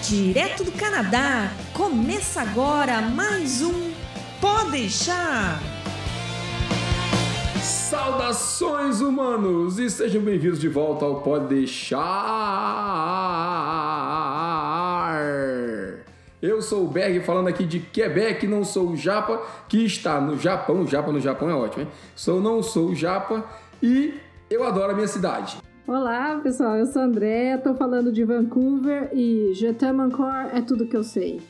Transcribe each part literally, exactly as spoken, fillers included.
Direto do Canadá, começa agora mais um Pode Deixar. Saudações, humanos, e sejam bem-vindos de volta ao Pode Deixar. Eu sou o Berg, falando aqui de Quebec, não sou o Japa, que está no Japão. Japa no Japão é ótimo, hein? Sou, não sou o Japa e eu adoro a minha cidade. Olá, pessoal, eu sou a Andréa, tô falando de Vancouver e Je t'aime encore é tudo que eu sei.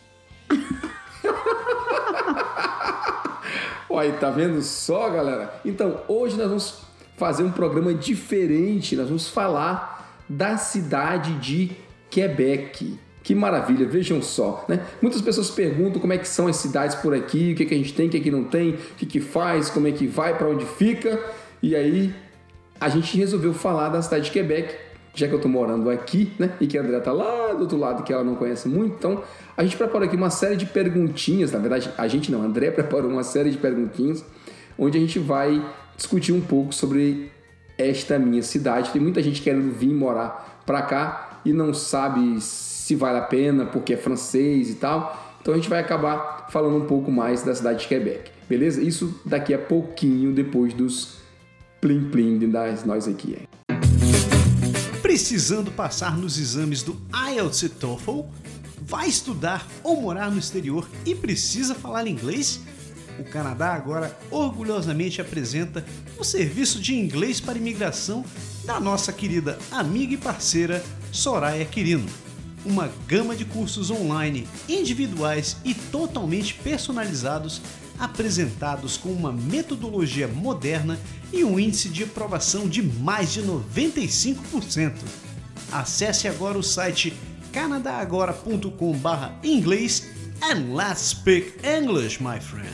Olha, tá vendo só, galera? Então, hoje nós vamos fazer um programa diferente, nós vamos falar da cidade de Quebec. Que maravilha, vejam só, né? Muitas pessoas perguntam como é que são as cidades por aqui, o que, que a gente tem, o que, que não tem, o que, que faz, como é que vai, para onde fica, e aí a gente resolveu falar da cidade de Quebec, já que eu tô morando aqui, né? E que a Andrea tá lá do outro lado, que ela não conhece muito. Então, a gente preparou aqui uma série de perguntinhas. Na verdade, a gente não, a Andrea preparou uma série de perguntinhas, onde a gente vai discutir um pouco sobre esta minha cidade. Tem muita gente querendo vir morar pra cá e não sabe se vale a pena, porque é francês e tal. Então, a gente vai acabar falando um pouco mais da cidade de Quebec, beleza? Isso daqui a pouquinho, depois dos plim plim das nós aqui, hein? Precisando passar nos exames do I E L T S e TOEFL? Vai estudar ou morar no exterior e precisa falar inglês? O Canadá agora orgulhosamente apresenta o serviço de inglês para imigração da nossa querida amiga e parceira Soraya Quirino. Uma gama de cursos online, individuais e totalmente personalizados, apresentados com uma metodologia moderna e um índice de aprovação de mais de noventa e cinco por cento. Acesse agora o site canadagora ponto com barra inglês and let's speak English, my friend.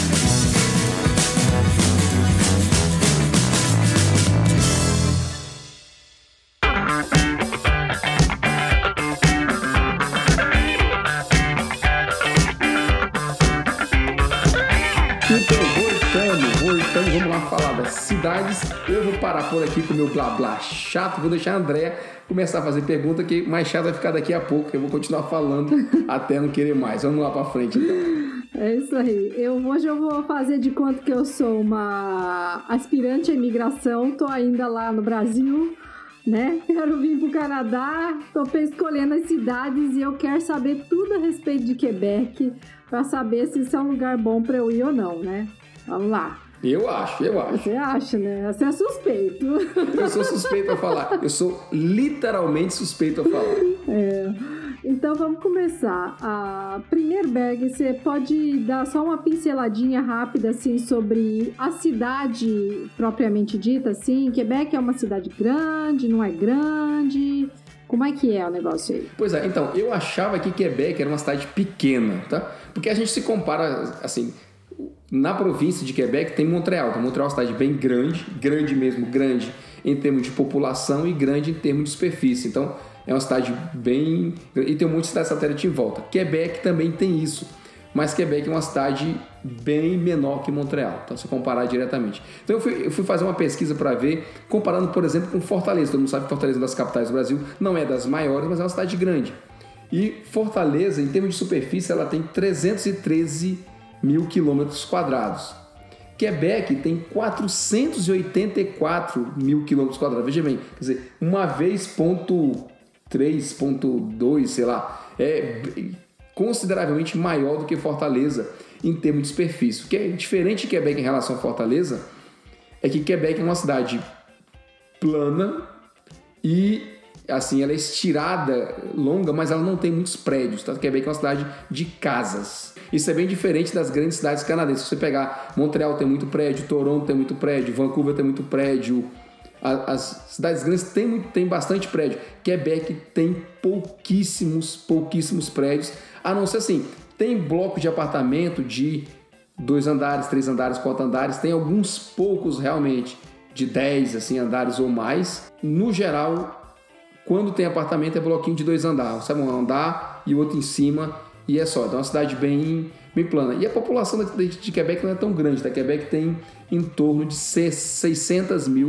Vamos lá falar das cidades. Eu vou parar por aqui com o meu blá blá chato. Vou deixar a Andréa começar a fazer pergunta, que mais chato vai ficar daqui a pouco. Eu vou continuar falando até não querer mais. Vamos lá pra frente, então. É isso aí. Eu, hoje eu vou fazer de conta que eu sou uma aspirante à imigração. Tô ainda lá no Brasil, né? Quero vir pro Canadá. Tô escolhendo as cidades e eu quero saber tudo a respeito de Quebec pra saber se isso é um lugar bom pra eu ir ou não, né? Vamos lá. Eu acho, eu acho. Você acha, né? Você é suspeito. Eu sou suspeito a falar. Eu sou literalmente suspeito a falar. É. Então vamos começar. A primeiro, Berg, você pode dar só uma pinceladinha rápida assim sobre a cidade propriamente dita, assim? Quebec é uma cidade grande, não é grande? Como é que é o negócio aí? Pois é, então, eu achava que Quebec era uma cidade pequena, tá? Porque a gente se compara, assim, na província de Quebec tem Montreal. Então, Montreal é uma cidade bem grande, grande mesmo, grande em termos de população e grande em termos de superfície. Então, é uma cidade bem... E tem um monte de cidade satélite em volta. Quebec também tem isso, mas Quebec é uma cidade bem menor que Montreal, então se comparar diretamente. Então, eu fui, eu fui fazer uma pesquisa para ver, comparando, por exemplo, com Fortaleza. Todo mundo sabe que Fortaleza é uma das capitais do Brasil, não é das maiores, mas é uma cidade grande. E Fortaleza, em termos de superfície, ela tem trezentos e treze mil quilômetros quadrados. Quebec tem quatrocentos e oitenta e quatro mil quilômetros quadrados. Veja bem, quer dizer, uma vez ponto três, ponto dois, sei lá, é consideravelmente maior do que Fortaleza em termos de superfície. O que é diferente de Quebec em relação a Fortaleza é que Quebec é uma cidade plana e assim, ela é estirada, longa, mas ela não tem muitos prédios, tá? Quebec é uma cidade de casas. Isso é bem diferente das grandes cidades canadenses. Se você pegar Montreal tem muito prédio, Toronto tem muito prédio, Vancouver tem muito prédio, as cidades grandes têm, muito, têm bastante prédio. Quebec tem pouquíssimos, pouquíssimos prédios, a não ser assim, tem blocos de apartamento de dois andares, três andares, quatro andares, tem alguns poucos realmente de dez assim, andares ou mais. No geral, quando tem apartamento é bloquinho de dois andares, sabe? Um andar e o outro em cima e é só. Então é uma cidade bem, bem plana. E a população de, de Quebec não é tão grande, tá? Quebec tem em torno de seiscentos mil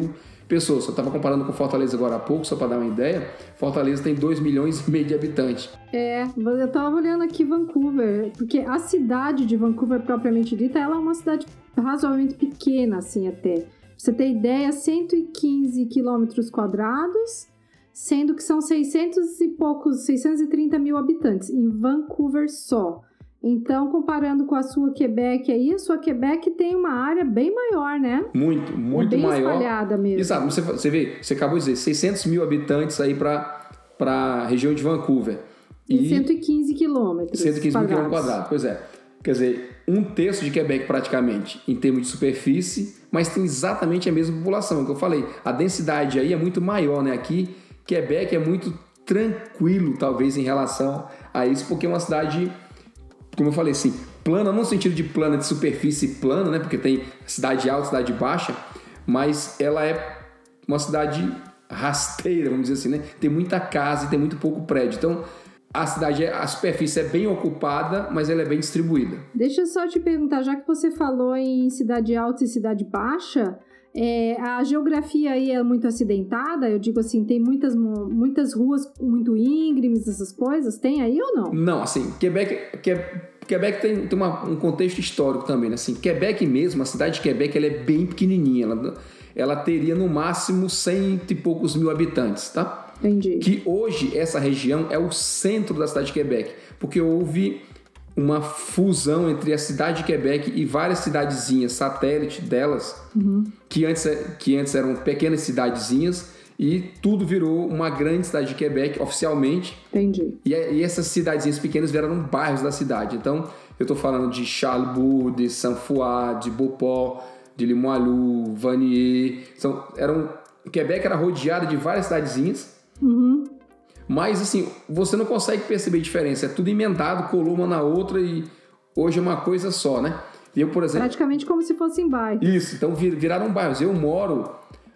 pessoas. Eu estava comparando com Fortaleza agora há pouco, só para dar uma ideia. Fortaleza tem dois milhões e meio de habitantes. É, eu estava olhando aqui Vancouver, porque a cidade de Vancouver propriamente dita, ela é uma cidade razoavelmente pequena, assim, até. Pra você ter ideia, cento e quinze quilômetros quadrados, sendo que são seiscentos e poucos, seiscentos e trinta mil habitantes em Vancouver só. Então, comparando com a sua Quebec aí, a sua Quebec tem uma área bem maior, né? Muito, muito é bem maior. espalhada mesmo. Exato. Você, você vê, você acabou de dizer, seiscentos mil habitantes aí para a região de Vancouver. E, e cento e quinze quilômetros cento e quinze mil quilômetros quadrados. Pois é. Quer dizer, um terço de Quebec praticamente em termos de superfície, mas tem exatamente a mesma população. É o que eu falei. A densidade aí é muito maior, né? Aqui, Quebec é muito tranquilo, talvez, em relação a isso, porque é uma cidade... Como eu falei assim, plana, não no sentido de plana, de superfície plana, né? Porque tem cidade alta, cidade baixa, mas ela é uma cidade rasteira, vamos dizer assim, né? Tem muita casa e tem muito pouco prédio. Então, a cidade, a superfície é bem ocupada, mas ela é bem distribuída. Deixa eu só te perguntar, já que você falou em cidade alta e cidade baixa, é, a geografia aí é muito acidentada? Eu digo assim, tem muitas, muitas ruas muito íngremes, essas coisas? Tem aí ou não? Não, assim, Quebec, Quebec tem, tem uma, um contexto histórico também, né? Assim, Quebec mesmo, a cidade de Quebec, ela é bem pequenininha. Ela, ela teria no máximo cento e poucos mil habitantes, tá? Entendi. Que hoje essa região é o centro da cidade de Quebec, porque houve uma fusão entre a cidade de Quebec e várias cidadezinhas satélite delas, uhum. que, antes, que antes eram pequenas cidadezinhas, e tudo virou uma grande cidade de Quebec oficialmente. Entendi. E, e essas cidadezinhas pequenas viraram bairros da cidade. Então, eu estou falando de Charlebourg, de Saint-Foy, de Beauport, de Limoilou, Vanier. São, eram, Quebec era rodeada de várias cidadezinhas. Uhum. Mas, assim, você não consegue perceber diferença. É tudo emendado, colou uma na outra e hoje é uma coisa só, né? Eu, por exemplo... Praticamente como se fossem bairros. Isso, então viraram bairros. Eu moro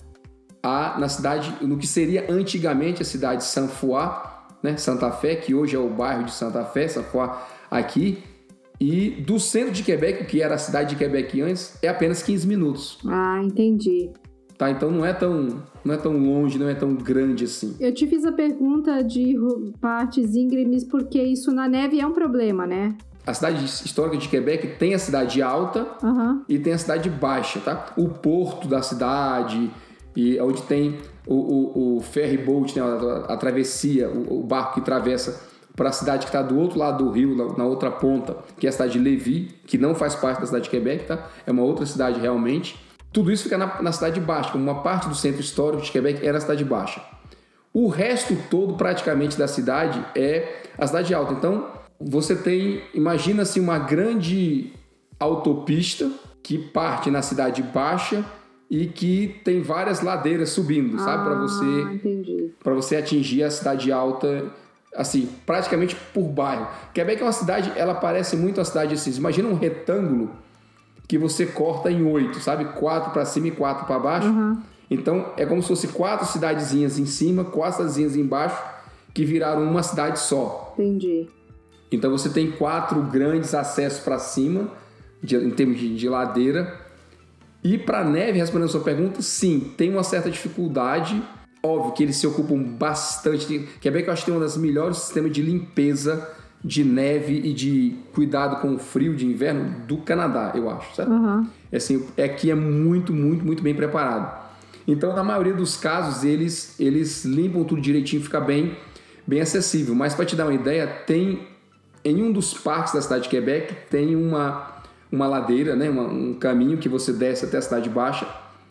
a, na cidade, no que seria antigamente a cidade de Saint-Foy, né? Santa Fé, que hoje é o bairro de Santa Fé, Saint-Foy aqui. E do centro de Quebec, que era a cidade de Quebec antes, é apenas quinze minutos. Ah, entendi. Tá, então não é tão, não é tão longe, não é tão grande assim. Eu te fiz a pergunta de partes íngremes porque isso na neve é um problema, né? A cidade histórica de Quebec tem a cidade alta uhum. e tem a cidade baixa, tá? O porto da cidade, e onde tem o, o, o ferry boat, né? a, a travessia, o, o barco que atravessa para a cidade que está do outro lado do rio, na, na outra ponta, que é a cidade de Lévis, que não faz parte da cidade de Quebec, tá? É uma outra cidade realmente. Tudo isso fica na, na cidade baixa, como uma parte do centro histórico de Quebec era a cidade baixa. O resto todo, praticamente, da cidade é a cidade alta. Então, você tem, imagina-se uma grande autopista que parte na cidade baixa e que tem várias ladeiras subindo, ah, sabe? Para você, para você atingir a cidade alta, assim, praticamente por bairro. Quebec é uma cidade, ela parece muito uma cidade assim, imagina um retângulo que você corta em oito, sabe? Quatro para cima e quatro para baixo. Uhum. Então, é como se fosse quatro cidadezinhas em cima, quatro cidadezinhas embaixo, que viraram uma cidade só. Entendi. Então, você tem quatro grandes acessos para cima, de, em termos de, de ladeira. E para neve, respondendo a sua pergunta, sim, tem uma certa dificuldade. Óbvio que eles se ocupam bastante. Quebec, eu acho que tem um dos melhores sistemas de limpeza de neve e de cuidado com o frio de inverno do Canadá, eu acho, certo? Uhum. É assim, aqui é muito, muito, muito bem preparado. Então, na maioria dos casos, eles, eles limpam tudo direitinho, fica bem, bem acessível. Mas, para te dar uma ideia, tem em um dos parques da cidade de Quebec, tem uma, uma ladeira, né? uma, um caminho que você desce até a cidade baixa.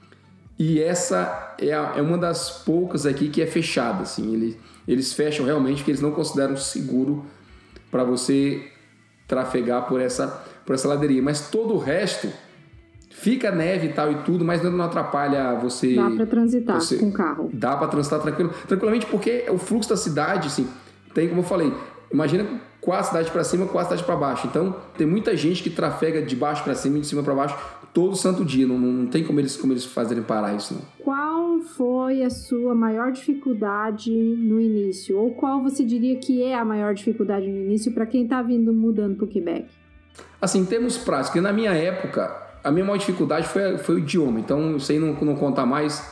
E essa é, a, é uma das poucas aqui que é fechada. Assim. Eles, eles fecham realmente porque eles não consideram seguro para você trafegar por essa, por essa ladeirinha. Mas todo o resto fica neve e tal e tudo, mas não atrapalha você... Dá para transitar você, com o carro. Dá para transitar tranquilo, tranquilamente, porque o fluxo da cidade, assim, tem, como eu falei, imagina quatro cidades para cima, quatro cidades para baixo. Então, tem muita gente que trafega de baixo para cima e de cima para baixo todo santo dia. Não, não tem como eles, como eles fazerem parar isso, não. Qual foi a sua maior dificuldade no início? Ou qual você diria que é a maior dificuldade no início para quem está vindo mudando para o Quebec? Assim, em termos práticos, na minha época, a minha maior dificuldade foi, foi o idioma. Então, isso aí não, não conta mais.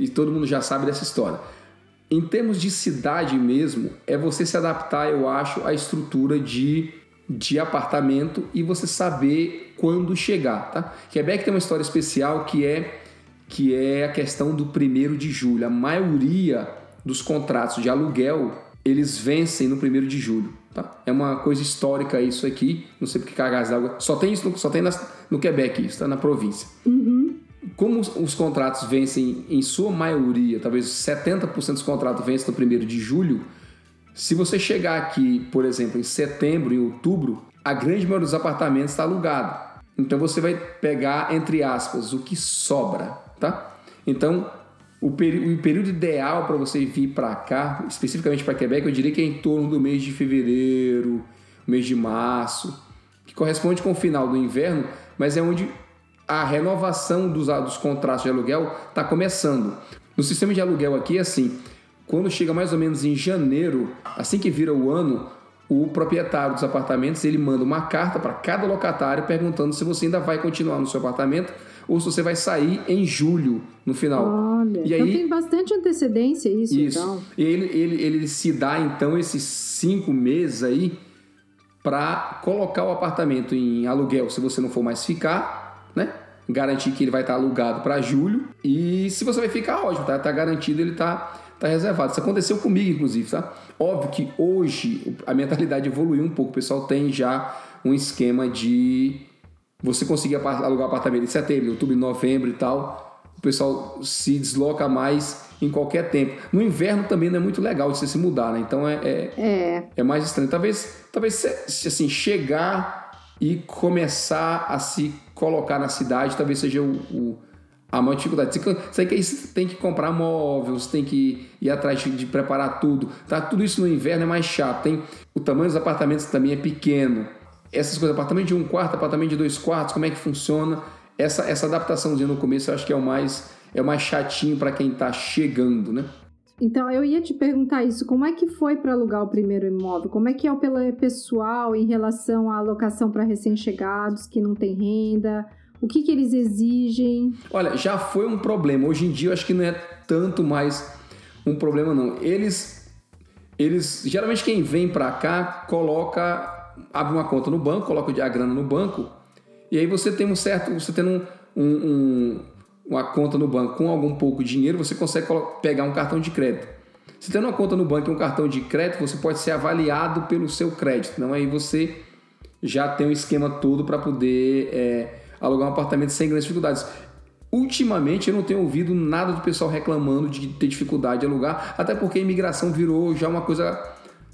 e todo mundo já sabe dessa história. Em termos de cidade mesmo, é você se adaptar, eu acho, à estrutura de, de apartamento e você saber quando chegar, tá? Quebec tem uma história especial que é, que é a questão do primeiro de julho. A maioria dos contratos de aluguel, eles vencem no primeiro de julho, tá? É uma coisa histórica isso aqui, não sei porque cargas d'água, só tem isso, só tem nas, no Quebec isso, tá? Na província. Uhum. Como os, os contratos vencem em sua maioria, talvez setenta por cento dos contratos vencem no primeiro de julho, se você chegar aqui, por exemplo, em setembro, em outubro, a grande maioria dos apartamentos está alugado. Então você vai pegar, entre aspas, o que sobra, tá? Então, o, peri- o período ideal para você vir para cá, especificamente para Quebec, eu diria que é em torno do mês de fevereiro, mês de março, que corresponde com o final do inverno, mas é onde a renovação dos, dos contratos de aluguel está começando. No sistema de aluguel aqui é assim, quando chega mais ou menos em janeiro, assim que vira o ano, o proprietário dos apartamentos ele manda uma carta para cada locatário perguntando se você ainda vai continuar no seu apartamento ou se você vai sair em julho, no final. Olha, e aí, então tem bastante antecedência isso, isso. então. E ele, ele, ele se dá, então, esses cinco meses aí para colocar o apartamento em aluguel, se você não for mais ficar, né? Garantir que ele vai estar alugado para julho. E se você vai ficar, ótimo, tá, tá garantido, ele tá, tá reservado. Isso aconteceu comigo, inclusive, tá? Óbvio que hoje a mentalidade evoluiu um pouco. O pessoal tem já um esquema de você conseguir alugar apartamento em setembro, outubro, novembro e tal. O pessoal se desloca mais em qualquer tempo. No inverno também não é muito legal de você se mudar, né? Então é, é, é. é mais estranho. Talvez, talvez assim, chegar e começar a se colocar na cidade talvez seja o, o, a maior dificuldade. Você, você tem que comprar móveis, você tem que ir atrás de, de preparar tudo. Tá? Tudo isso no inverno é mais chato. Tem, o tamanho dos apartamentos também é pequeno. Essas coisas, apartamento de um quarto, apartamento de dois quartos, como é que funciona? Essa, essa adaptaçãozinha no começo eu acho que é o mais, é o mais chatinho para quem está chegando, né? Então, eu ia te perguntar isso, como é que foi para alugar o primeiro imóvel? Como é que é o pessoal em relação à alocação para recém-chegados que não tem renda? O que, que eles exigem? Olha, já foi um problema. Hoje em dia, eu acho que não é tanto mais um problema, não. Eles, eles geralmente quem vem para cá, coloca, abre uma conta no banco, coloca a grana no banco, e aí você tem um certo, você tem um... um, um uma conta no banco com algum pouco de dinheiro, você consegue pegar um cartão de crédito. Se tendo uma conta no banco e um cartão de crédito, você pode ser avaliado pelo seu crédito. Então aí você já tem um esquema todo para poder é, alugar um apartamento sem grandes dificuldades. Ultimamente eu não tenho ouvido nada do pessoal reclamando de ter dificuldade de alugar, até porque a imigração virou já uma coisa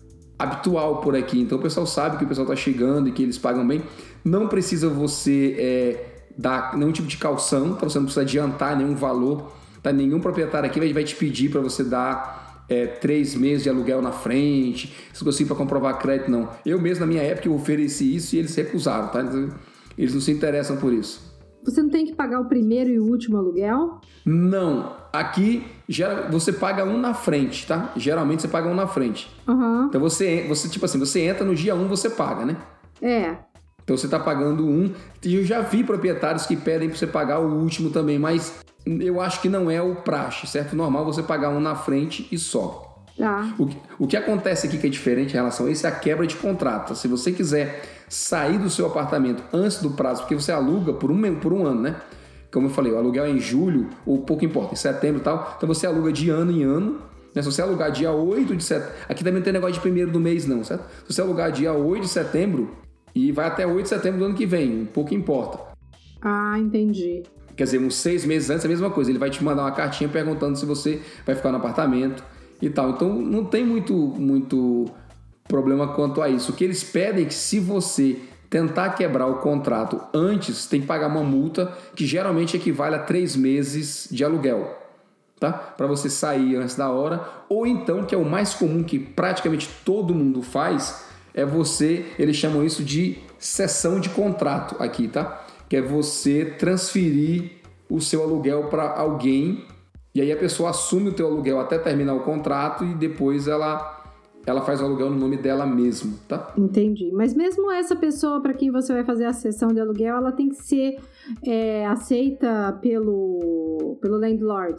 habitual por aqui. Então o pessoal sabe que o pessoal está chegando e que eles pagam bem. Não precisa você... É, dar nenhum tipo de calção, tá? Você não precisa adiantar nenhum valor, tá? Nenhum proprietário aqui vai, vai te pedir para você dar é, três meses de aluguel na frente, se conseguir para comprovar crédito, não. Eu mesmo, na minha época, eu ofereci isso e eles recusaram, tá? Eles não se interessam por isso. Você não tem que pagar o primeiro e o último aluguel? Não. Aqui, você paga um na frente, tá? Geralmente você paga um na frente. Uhum. Então você, você, tipo assim, você entra no dia um, você paga, né? É. Então você está pagando um. E eu já vi proprietários que pedem para você pagar o último também, mas eu acho que não é o praxe, certo? Normal você pagar um na frente e só. Tá. O, o que acontece aqui que é diferente em relação a isso é a quebra de contrato. Se você quiser sair do seu apartamento antes do prazo, porque você aluga por um, por um ano, né? Como eu falei, o aluguel é em julho, ou pouco importa, em setembro e tal. Então você aluga de ano em ano. Né? Se você alugar dia oito de setembro... Aqui também não tem negócio de primeiro do mês não, certo? Se você alugar dia oito de setembro... E vai até oito de setembro do ano que vem, um pouco importa. Ah, entendi. Quer dizer, uns seis meses antes é a mesma coisa. Ele vai te mandar uma cartinha perguntando se você vai ficar no apartamento e tal. Então não tem muito, muito problema quanto a isso. O que eles pedem é que se você tentar quebrar o contrato antes, tem que pagar uma multa que geralmente equivale a três meses de aluguel. Tá? Para você sair antes da hora. Ou então, que é o mais comum que praticamente todo mundo faz... é você, eles chamam isso de cessão de contrato aqui, tá? Que é você transferir o seu aluguel para alguém e aí a pessoa assume o teu aluguel até terminar o contrato e depois ela, ela faz o aluguel no nome dela mesmo, tá? Entendi. Mas mesmo essa pessoa para quem você vai fazer a cessão de aluguel, ela tem que ser é, aceita pelo, pelo landlord?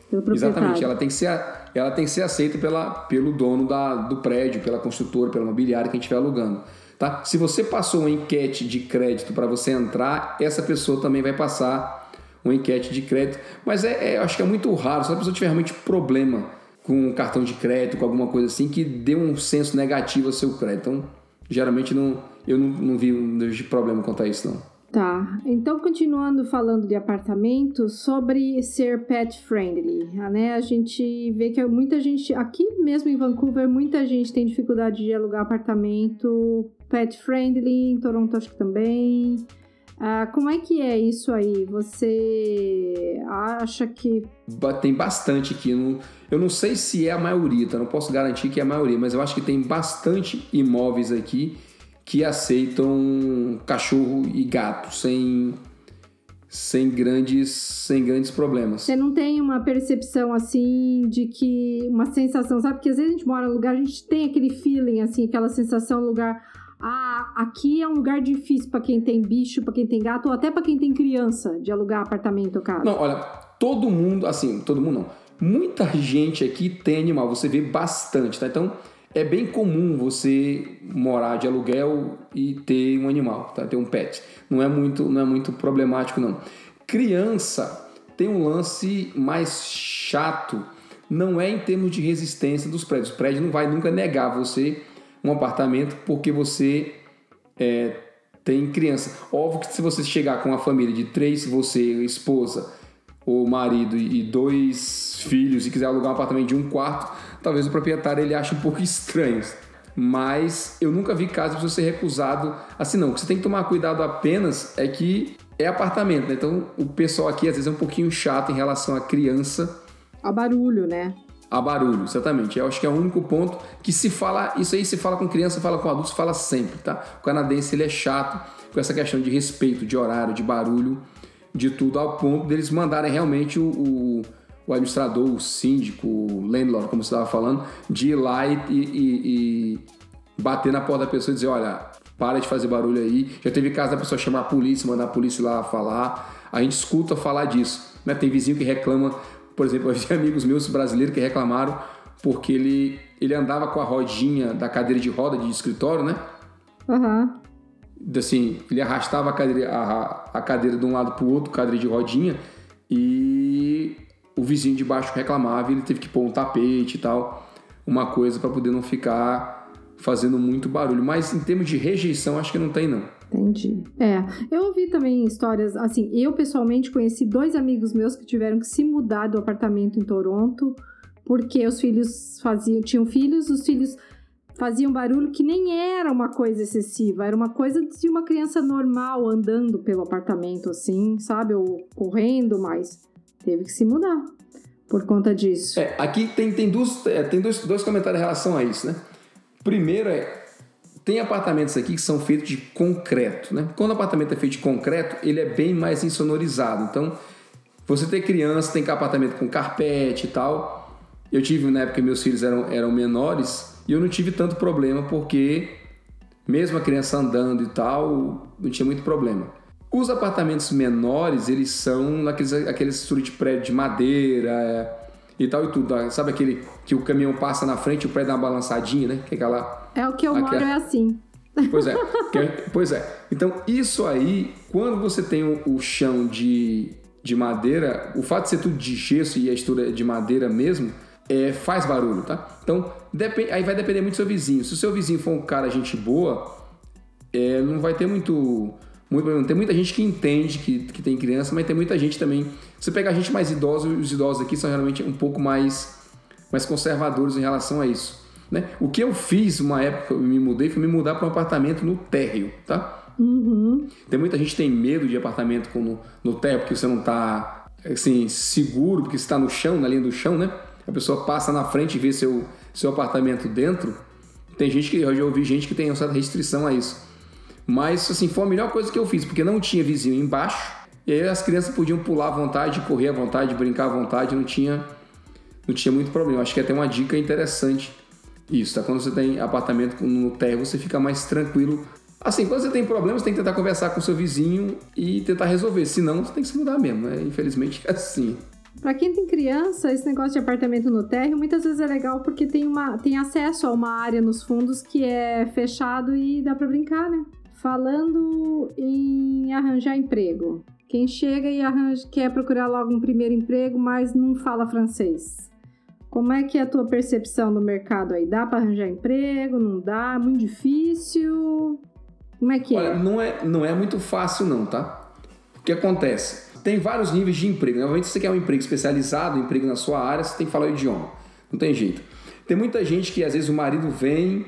pelo proprietário. Exatamente, ela tem que ser, ela tem que ser aceita pela, pelo dono da, do prédio, pela construtora, pela imobiliária que a gente estiver alugando. Tá? Se você passou uma enquete de crédito para você entrar, essa pessoa também vai passar uma enquete de crédito. Mas é, é, eu acho que é muito raro, se a pessoa tiver realmente problema com um cartão de crédito, com alguma coisa assim, que dê um senso negativo ao seu crédito. Então, geralmente, não, eu não, não vi um problema quanto a isso, não. Tá, então continuando falando de apartamento, sobre ser pet friendly, né? A gente vê que muita gente, aqui mesmo em Vancouver, muita gente tem dificuldade de alugar apartamento pet friendly, em Toronto acho que também. Ah, como é que é isso aí? Você acha que... Tem bastante aqui, no, eu não sei se é a maioria, tá? Não posso garantir que é a maioria, mas eu acho que tem bastante imóveis aqui que aceitam cachorro e gato sem, sem, grandes, sem grandes problemas. Você não tem uma percepção assim de que, uma sensação, sabe? Porque às vezes a gente mora num lugar, a gente tem aquele feeling, assim, aquela sensação, lugar, ah, aqui é um lugar difícil para quem tem bicho, para quem tem gato, ou até para quem tem criança, de alugar apartamento ou casa. Não, olha, todo mundo, assim, todo mundo não. Muita gente aqui tem animal, você vê bastante, tá? Então, é bem comum você morar de aluguel e ter um animal, tá? Ter um pet. Não é muito, não é muito problemático, não. Criança tem um lance mais chato, não é em termos de resistência dos prédios. O prédio não vai nunca negar você um apartamento porque você é, tem criança. Óbvio que se você chegar com uma família de três, você, esposa, ou marido e dois filhos e quiser alugar um apartamento de um quarto, talvez o proprietário ele ache um pouco estranho. Mas eu nunca vi caso de você ser recusado assim, não. O que você tem que tomar cuidado apenas é que é apartamento, né? Então o pessoal aqui às vezes é um pouquinho chato em relação à criança. A barulho, né? A barulho, exatamente. Eu acho que é o único ponto que se fala, isso aí se fala com criança, fala com adultos, fala sempre, tá? O canadense ele é chato com essa questão de respeito, de horário, de barulho, de tudo, ao ponto deles mandarem realmente o, o, o administrador, o síndico, o landlord, como você estava falando, de ir lá e, e, e bater na porta da pessoa e dizer, olha, para de fazer barulho aí. Já teve caso da pessoa chamar a polícia, mandar a polícia lá falar. A gente escuta falar disso, né? Tem vizinho que reclama, por exemplo, eu vi amigos meus brasileiros que reclamaram porque ele, ele andava com a rodinha da cadeira de roda de escritório, né? Aham. Uhum. Assim, ele arrastava a cadeira, a, a cadeira de um lado para o outro, cadeira de rodinha, e o vizinho de baixo reclamava e ele teve que pôr um tapete e tal, uma coisa para poder não ficar fazendo muito barulho. Mas em termos de rejeição, acho que não tem, não. Entendi. É, eu ouvi também histórias, assim, eu pessoalmente conheci dois amigos meus que tiveram que se mudar do apartamento em Toronto porque os filhos faziam, tinham filhos, os filhos faziam barulho que nem era uma coisa excessiva, era uma coisa de uma criança normal andando pelo apartamento, assim, sabe? Ou correndo, mas teve que se mudar por conta disso. É, aqui tem, tem, dois, é, tem dois, dois comentários em relação a isso, né? Primeiro é, tem apartamentos aqui que são feitos de concreto, né? Quando o apartamento é feito de concreto, ele é bem mais insonorizado. Então, você tem criança, tem apartamento com carpete e tal. Eu tive, na época que meus filhos eram, eram menores, e eu não tive tanto problema, porque mesmo a criança andando e tal, não tinha muito problema. Os apartamentos menores, eles são naqueles, aqueles estrutura de prédio de madeira é, e tal e tudo. Sabe aquele que o caminhão passa na frente e o prédio dá uma balançadinha, né? Que é, aquela, é o que eu aquela... moro, é assim. Pois é, que, pois é. Então, isso aí, quando você tem o, o chão de, de madeira, o fato de ser tudo de gesso e a estrutura de madeira mesmo, É, faz barulho, tá? Então, depend... aí vai depender muito do seu vizinho. Se o seu vizinho for um cara gente boa, é, não vai ter muito, muito problema. Tem muita gente que entende que, que tem criança, mas tem muita gente também. Se você pegar gente mais idosa, os idosos aqui são realmente um pouco mais, mais conservadores em relação a isso, né? O que eu fiz uma época, eu me mudei, foi me mudar para um apartamento no térreo, tá? Uhum. Tem muita gente que tem medo de apartamento com no, no térreo, porque você não tá assim, seguro, porque você está no chão, na linha do chão, né? A pessoa passa na frente e vê seu, seu apartamento dentro. Tem gente que, eu já ouvi gente que tem uma certa restrição a isso. Mas, assim, foi a melhor coisa que eu fiz, porque não tinha vizinho embaixo, e aí as crianças podiam pular à vontade, correr à vontade, brincar à vontade, não tinha, não tinha muito problema. Acho que é até uma dica interessante isso, tá? Quando você tem apartamento no térreo, você fica mais tranquilo. Assim, quando você tem problemas, você tem que tentar conversar com o seu vizinho e tentar resolver. Senão, você tem que se mudar mesmo, né? Infelizmente é assim. Para quem tem criança, esse negócio de apartamento no térreo muitas vezes é legal porque tem, uma, tem acesso a uma área nos fundos que é fechado e dá para brincar, né? Falando em arranjar emprego. Quem chega e arranja, quer procurar logo um primeiro emprego, mas não fala francês. Como é que é a tua percepção do mercado aí? Dá para arranjar emprego? Não dá? É muito difícil? Como é que Olha, é? Não é? Não é muito fácil não, tá? O que acontece? Tem vários níveis de emprego. Normalmente, se você quer um emprego especializado, um emprego na sua área, você tem que falar o idioma. Não tem jeito. Tem muita gente que, às vezes, o marido vem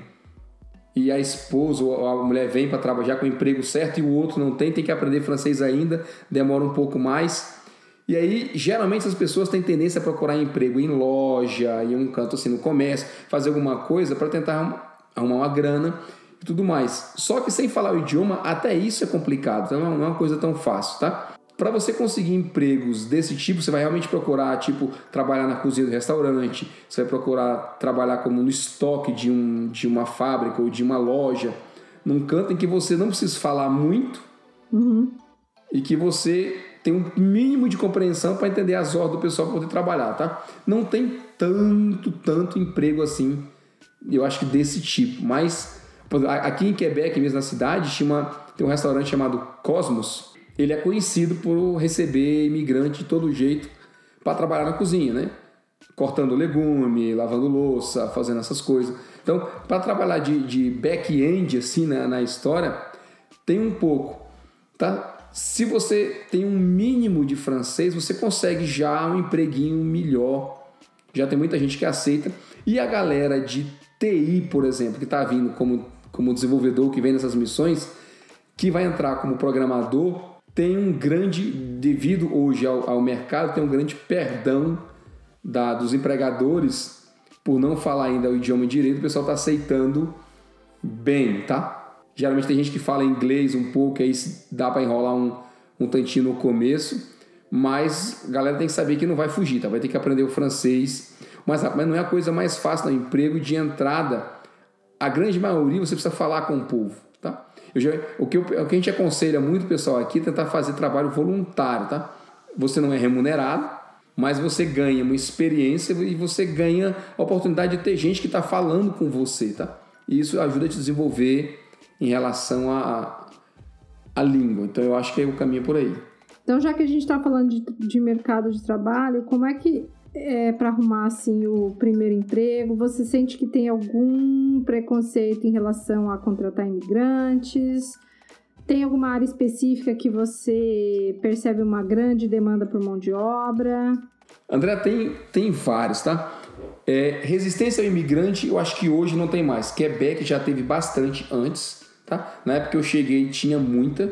e a esposa ou a mulher vem para trabalhar com o emprego certo e o outro não tem, tem que aprender francês ainda, demora um pouco mais. E aí, geralmente, as pessoas têm tendência a procurar emprego em loja, em um canto assim, no comércio, fazer alguma coisa para tentar arrumar uma grana e tudo mais. Só que sem falar o idioma, até isso é complicado, então não é uma coisa tão fácil, tá? Para você conseguir empregos desse tipo, você vai realmente procurar, tipo, trabalhar na cozinha do restaurante, você vai procurar trabalhar como no estoque de, um, de uma fábrica ou de uma loja, num canto em que você não precisa falar muito Uhum. e que você tem um mínimo de compreensão para entender as ordens do pessoal para poder trabalhar, tá? Não tem tanto, tanto emprego assim, eu acho que desse tipo, mas aqui em Quebec, mesmo na cidade, tinha uma, tem um restaurante chamado Cosmos. Ele é conhecido por receber imigrante de todo jeito para trabalhar na cozinha, né? Cortando legume, lavando louça, fazendo essas coisas. Então, para trabalhar de, de back-end assim na, na história, tem um pouco, tá? Se você tem um mínimo de francês, você consegue já um empreguinho melhor. Já tem muita gente que aceita. E a galera de T I, por exemplo, que está vindo como, como desenvolvedor, que vem nessas missões, que vai entrar como programador, tem um grande, devido hoje ao, ao mercado, tem um grande perdão da, dos empregadores por não falar ainda o idioma direito, o pessoal está aceitando bem, tá? Geralmente tem gente que fala inglês um pouco, aí dá para enrolar um, um tantinho no começo, mas a galera tem que saber que não vai fugir, tá? Vai ter que aprender o francês, mas, mas não é a coisa mais fácil, não. Emprego de entrada, a grande maioria você precisa falar com o povo, tá? Eu já, o, que eu, o que a gente aconselha muito, pessoal, aqui é tentar fazer trabalho voluntário, tá? Você não é remunerado, mas você ganha uma experiência e você ganha a oportunidade de ter gente que está falando com você, tá? E isso ajuda a te desenvolver em relação à a, a língua. Então, eu acho que é o caminho por aí. Então, já que a gente está falando de, de mercado de trabalho, como é que é para arrumar assim, o primeiro emprego? Você sente que tem algum preconceito em relação a contratar imigrantes? Tem alguma área específica que você percebe uma grande demanda por mão de obra? André, tem, tem vários, tá? É, resistência ao imigrante, eu acho que hoje não tem mais. Quebec já teve bastante antes, tá? Na época que eu cheguei tinha muita,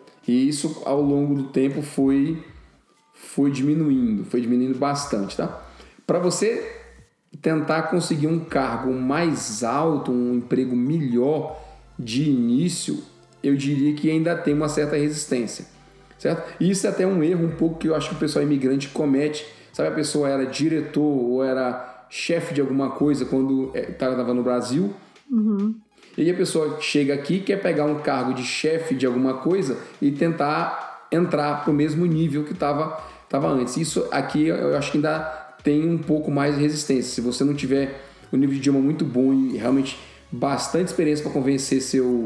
e isso ao longo do tempo foi, foi diminuindo, foi diminuindo bastante, tá? Para você tentar conseguir um cargo mais alto, um emprego melhor de início, eu diria que ainda tem uma certa resistência, certo? E isso é até um erro um pouco que eu acho que o pessoal imigrante comete. Sabe, a pessoa era diretor ou era chefe de alguma coisa quando estava no Brasil. Uhum. E aí a pessoa chega aqui, quer pegar um cargo de chefe de alguma coisa e tentar entrar para o mesmo nível que estava estava antes. Isso aqui eu acho que ainda tem um pouco mais de resistência. Se você não tiver um nível de idioma muito bom e realmente bastante experiência para convencer seu,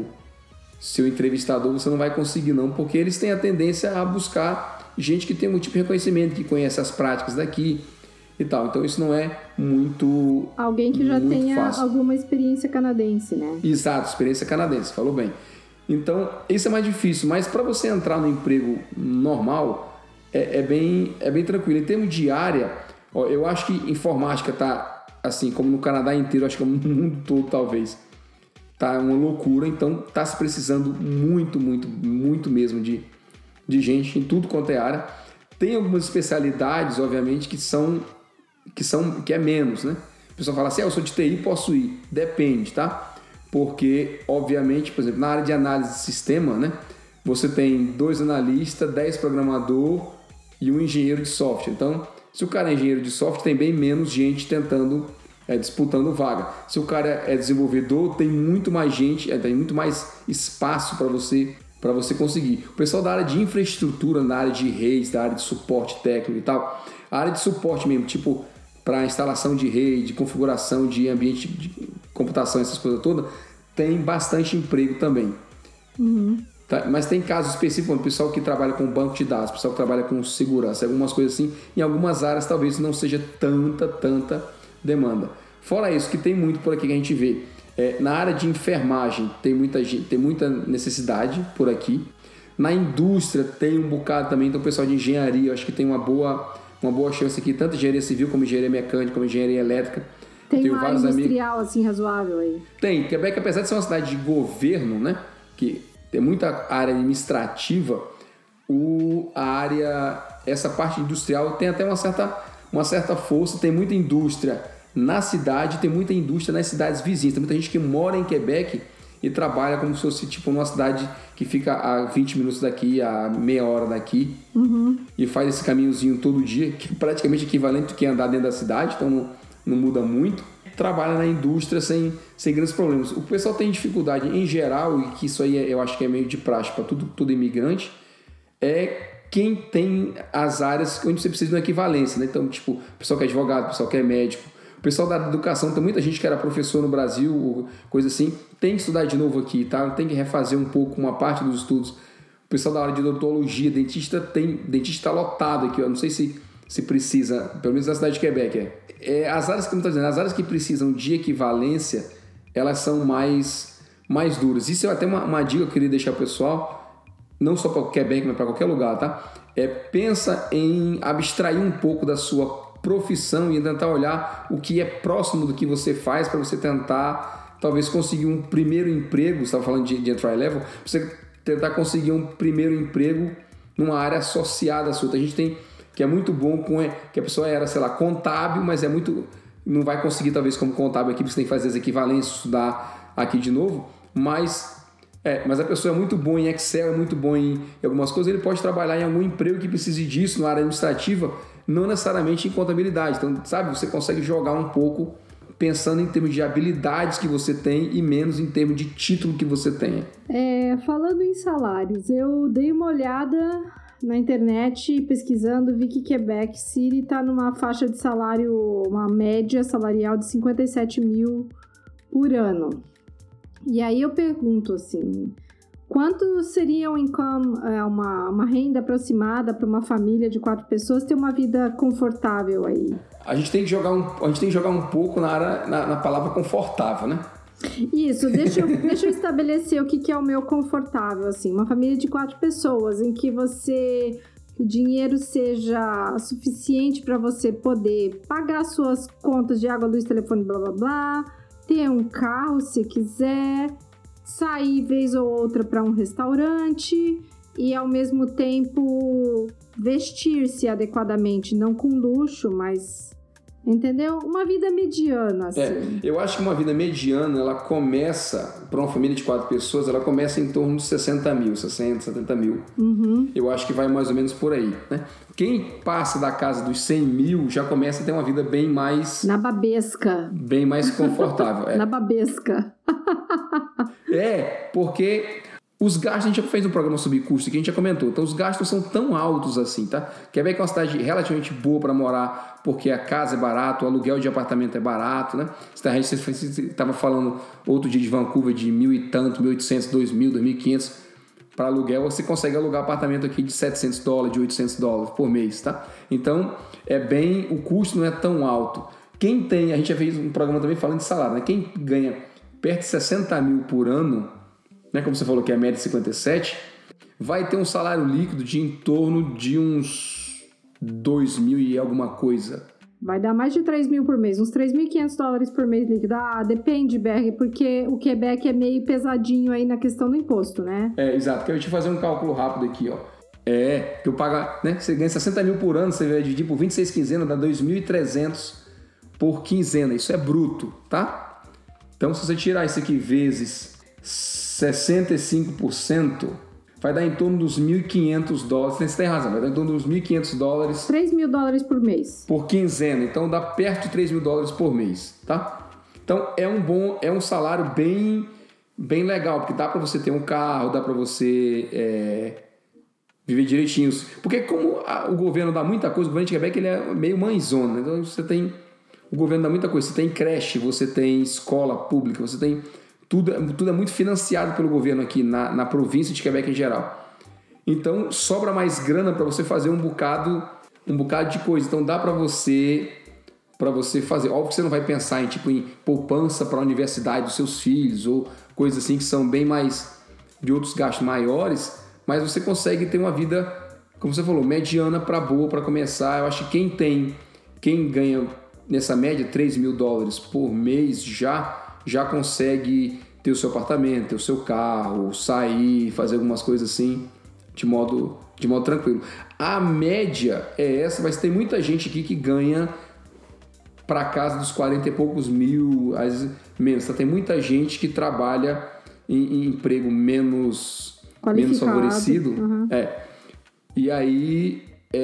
seu entrevistador, você não vai conseguir não, porque eles têm a tendência a buscar gente que tem um tipo de reconhecimento, que conhece as práticas daqui e tal. Então isso não é muito Alguém que já muito tenha fácil. alguma experiência canadense, né? Exato, experiência canadense, falou bem. Então, isso é mais difícil, mas para você entrar no emprego normal, é, é, bem, é bem tranquilo. Em termos de área, ó, eu acho que informática tá, assim, como no Canadá inteiro, acho que no mundo todo talvez, tá uma loucura. Então, tá se precisando muito, muito, muito mesmo de, de gente em tudo quanto é área. Tem algumas especialidades, obviamente, que são, que são que é menos, né? A pessoa fala assim, ah, eu sou de T I, posso ir. Depende, tá? Porque, obviamente, por exemplo, na área de análise de sistema, né, você tem dois analistas, dez programador e um engenheiro de software. Então, se o cara é engenheiro de software, tem bem menos gente tentando, é, disputando vaga. Se o cara é desenvolvedor, tem muito mais gente, é, tem muito mais espaço para você, para você conseguir. O pessoal da área de infraestrutura, na área de redes, da área de suporte técnico e tal, A área de suporte mesmo, tipo, para instalação de rede, configuração de ambiente de computação, essas coisas todas, tem bastante emprego também. Uhum. Tá? Mas tem casos específicos, o pessoal que trabalha com banco de dados, o pessoal que trabalha com segurança, algumas coisas assim. Em algumas áreas talvez não seja tanta, tanta demanda. Fora isso, que tem muito por aqui que a gente vê. É, na área de enfermagem tem muita, gente, tem muita necessidade por aqui. Na indústria tem um bocado também, então o pessoal de engenharia, eu acho que tem uma boa, uma boa chance aqui, tanto engenharia civil como engenharia mecânica, como engenharia elétrica. Tem Tenho uma área industrial amigos... assim razoável aí? Tem. Quebec, apesar de ser uma cidade de governo, né, que tem muita área administrativa, o, a área, essa parte industrial tem até uma certa, uma certa força, tem muita indústria na cidade, tem muita indústria nas cidades vizinhas, tem muita gente que mora em Quebec e trabalha como se fosse tipo numa cidade que fica a vinte minutos daqui, a meia hora daqui, uhum. e faz esse caminhozinho todo dia, que é praticamente equivalente ao que é andar dentro da cidade, então não, não muda muito. Trabalha na indústria sem, sem grandes problemas. O pessoal tem dificuldade em geral, e que isso aí eu acho que é meio de praxe para tudo, tudo imigrante, é quem tem as áreas onde você precisa de uma equivalência, né? Então, tipo, o pessoal que é advogado, o pessoal que é médico, o pessoal da educação, tem muita gente que era professor no Brasil, coisa assim, tem que estudar de novo aqui, tá? Tem que refazer um pouco uma parte dos estudos. O pessoal da área de odontologia, dentista tem, dentista está lotado aqui, eu não sei se, se precisa, pelo menos na cidade de Quebec, é. é as áreas que eu estou dizendo, as áreas que precisam de equivalência, elas são mais, mais duras. Isso é até uma, uma dica que eu queria deixar ao pessoal, não só para o Quebec, mas para qualquer lugar, tá? É, pensa em abstrair um pouco da sua profissão e tentar olhar o que é próximo do que você faz para você tentar, talvez, conseguir um primeiro emprego. Você estava falando de, de entry level, para você tentar conseguir um primeiro emprego numa área associada à sua. A gente tem, que é muito bom, com que a pessoa era, sei lá, contábil, mas é muito, não vai conseguir, talvez, como contábil aqui, porque você tem que fazer as equivalências, estudar aqui de novo, mas... É, mas a pessoa é muito boa em Excel, é muito boa em, em algumas coisas, ele pode trabalhar em algum emprego que precise disso na área administrativa, não necessariamente em contabilidade. Então, sabe, você consegue jogar um pouco pensando em termos de habilidades que você tem e menos em termos de título que você tenha. É, falando em salários, eu dei uma olhada na internet pesquisando, vi que Quebec City está numa faixa de salário, uma média salarial de cinquenta e sete mil por ano. E aí eu pergunto assim, quanto seria um income, uma, uma renda aproximada para uma família de quatro pessoas ter uma vida confortável aí? A gente tem que jogar um, a gente tem que jogar um pouco na, área, na, na palavra confortável, né? Isso, deixa eu, deixa eu estabelecer o que, que é o meu confortável, assim. Uma família de quatro pessoas em que você... o dinheiro seja suficiente para você poder pagar suas contas de água, luz, telefone, blá, blá, blá, ter um carro se quiser, sair vez ou outra para um restaurante e, ao mesmo tempo, vestir-se adequadamente, não com luxo, mas, entendeu? Uma vida mediana, assim. É, eu acho que uma vida mediana, ela começa, para uma família de quatro pessoas, ela começa em torno de sessenta mil, sessenta, setenta mil. Uhum. Eu acho que vai mais ou menos por aí, né? Quem passa da casa dos cem mil já começa a ter uma vida bem mais... Na babesca. Bem mais confortável. É. Na babesca. É, porque os gastos, a gente já fez um programa sobre custo que a gente já comentou, então os gastos são tão altos assim, tá? Quebec é uma cidade relativamente boa para morar, porque a casa é barato, o aluguel de apartamento é barato, né? Você estava falando outro dia de Vancouver de mil e tanto, mil e oitocentos, dois mil, dois mil e quinhentos para aluguel, você consegue alugar apartamento aqui de setecentos dólares, de oitocentos dólares por mês, tá? Então, é bem, o custo não é tão alto. Quem tem, a gente já fez um programa também falando de salário, né? Quem ganha perto de sessenta mil por ano, né? Como você falou que é a média de cinquenta e sete, vai ter um salário líquido de em torno de uns dois mil e alguma coisa. Vai dar mais de três mil por mês, uns três mil e quinhentos dólares por mês líquido. Ah, depende, Berg, porque o Quebec é meio pesadinho aí na questão do imposto, né? É, exato. Quero te fazer um cálculo rápido aqui, ó. É, que eu pago, né? Você ganha sessenta mil por ano, você vai dividir por vinte e seis quinzenas, dá dois mil e trezentos por quinzena. Isso é bruto, tá? Então, se você tirar isso aqui vezes sessenta e cinco por cento, vai dar em torno dos mil e quinhentos dólares. Você tem razão, vai dar em torno dos mil e quinhentos dólares. três mil dólares por mês. Por quinzena. Então dá perto de três mil dólares por mês, tá? Então é um bom, é um salário bem, bem legal, porque dá para você ter um carro, dá para você é, viver direitinho. Porque como a, o governo dá muita coisa, o governo de Quebec ele é meio mãezona, né? Então você tem... O governo dá muita coisa. Você tem creche, você tem escola pública, você tem... Tudo, tudo é muito financiado pelo governo aqui na, na província de Quebec em geral. Então, sobra mais grana para você fazer um bocado, um bocado de coisa. Então, dá para você, para você fazer. Óbvio que você não vai pensar em, tipo, em poupança para a universidade dos seus filhos ou coisas assim que são bem mais de outros gastos maiores, mas você consegue ter uma vida, como você falou, mediana para boa para começar. Eu acho que quem tem, quem ganha nessa média três mil dólares por mês já já consegue ter o seu apartamento, ter o seu carro, sair, fazer algumas coisas assim de modo, de modo tranquilo. A média é essa, mas tem muita gente aqui que ganha para casa dos quarenta e poucos mil, às vezes menos. Tem muita gente que trabalha em, em emprego menos, menos favorecido. Uhum. É. E aí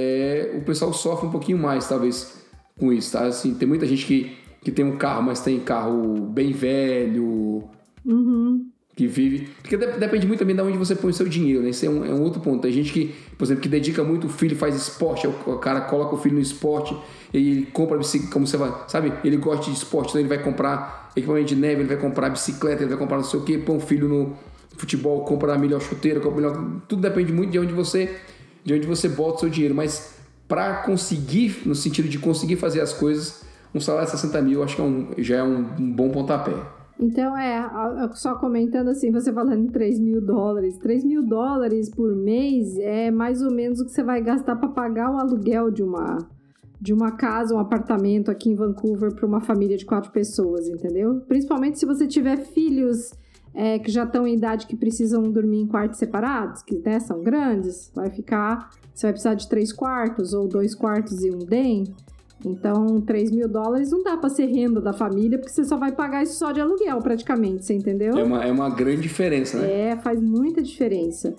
é, o pessoal sofre um pouquinho mais, talvez, com isso. Tá? Assim, tem muita gente que que tem um carro, mas tem carro bem velho, uhum. que vive... Porque depende muito também de onde você põe o seu dinheiro, né? Esse é um, é um outro ponto. Tem gente que, por exemplo, que dedica muito o filho, faz esporte, o cara coloca o filho no esporte, e ele compra bicicleta, como você vai... Sabe? Ele gosta de esporte, então ele vai comprar equipamento de neve, ele vai comprar bicicleta, ele vai comprar não sei o quê, põe o filho no futebol, compra a melhor chuteira, compra a melhor... Tudo depende muito de onde você, de onde você bota o seu dinheiro. Mas para conseguir, no sentido de conseguir fazer as coisas... Um salário de sessenta mil, acho que é um, já é um, um bom pontapé. Então, é, só comentando assim, você falando em três mil dólares. três mil dólares por mês é mais ou menos o que você vai gastar para pagar o aluguel de uma, de uma casa, um apartamento aqui em Vancouver para uma família de quatro pessoas, entendeu? Principalmente se você tiver filhos é, que já estão em idade que precisam dormir em quartos separados, que né, são grandes, vai ficar... Você vai precisar de três quartos ou dois quartos e um den. Então, três mil dólares não dá para ser renda da família, porque você só vai pagar isso só de aluguel, praticamente, você entendeu? É uma, é uma grande diferença, né? É, faz muita diferença.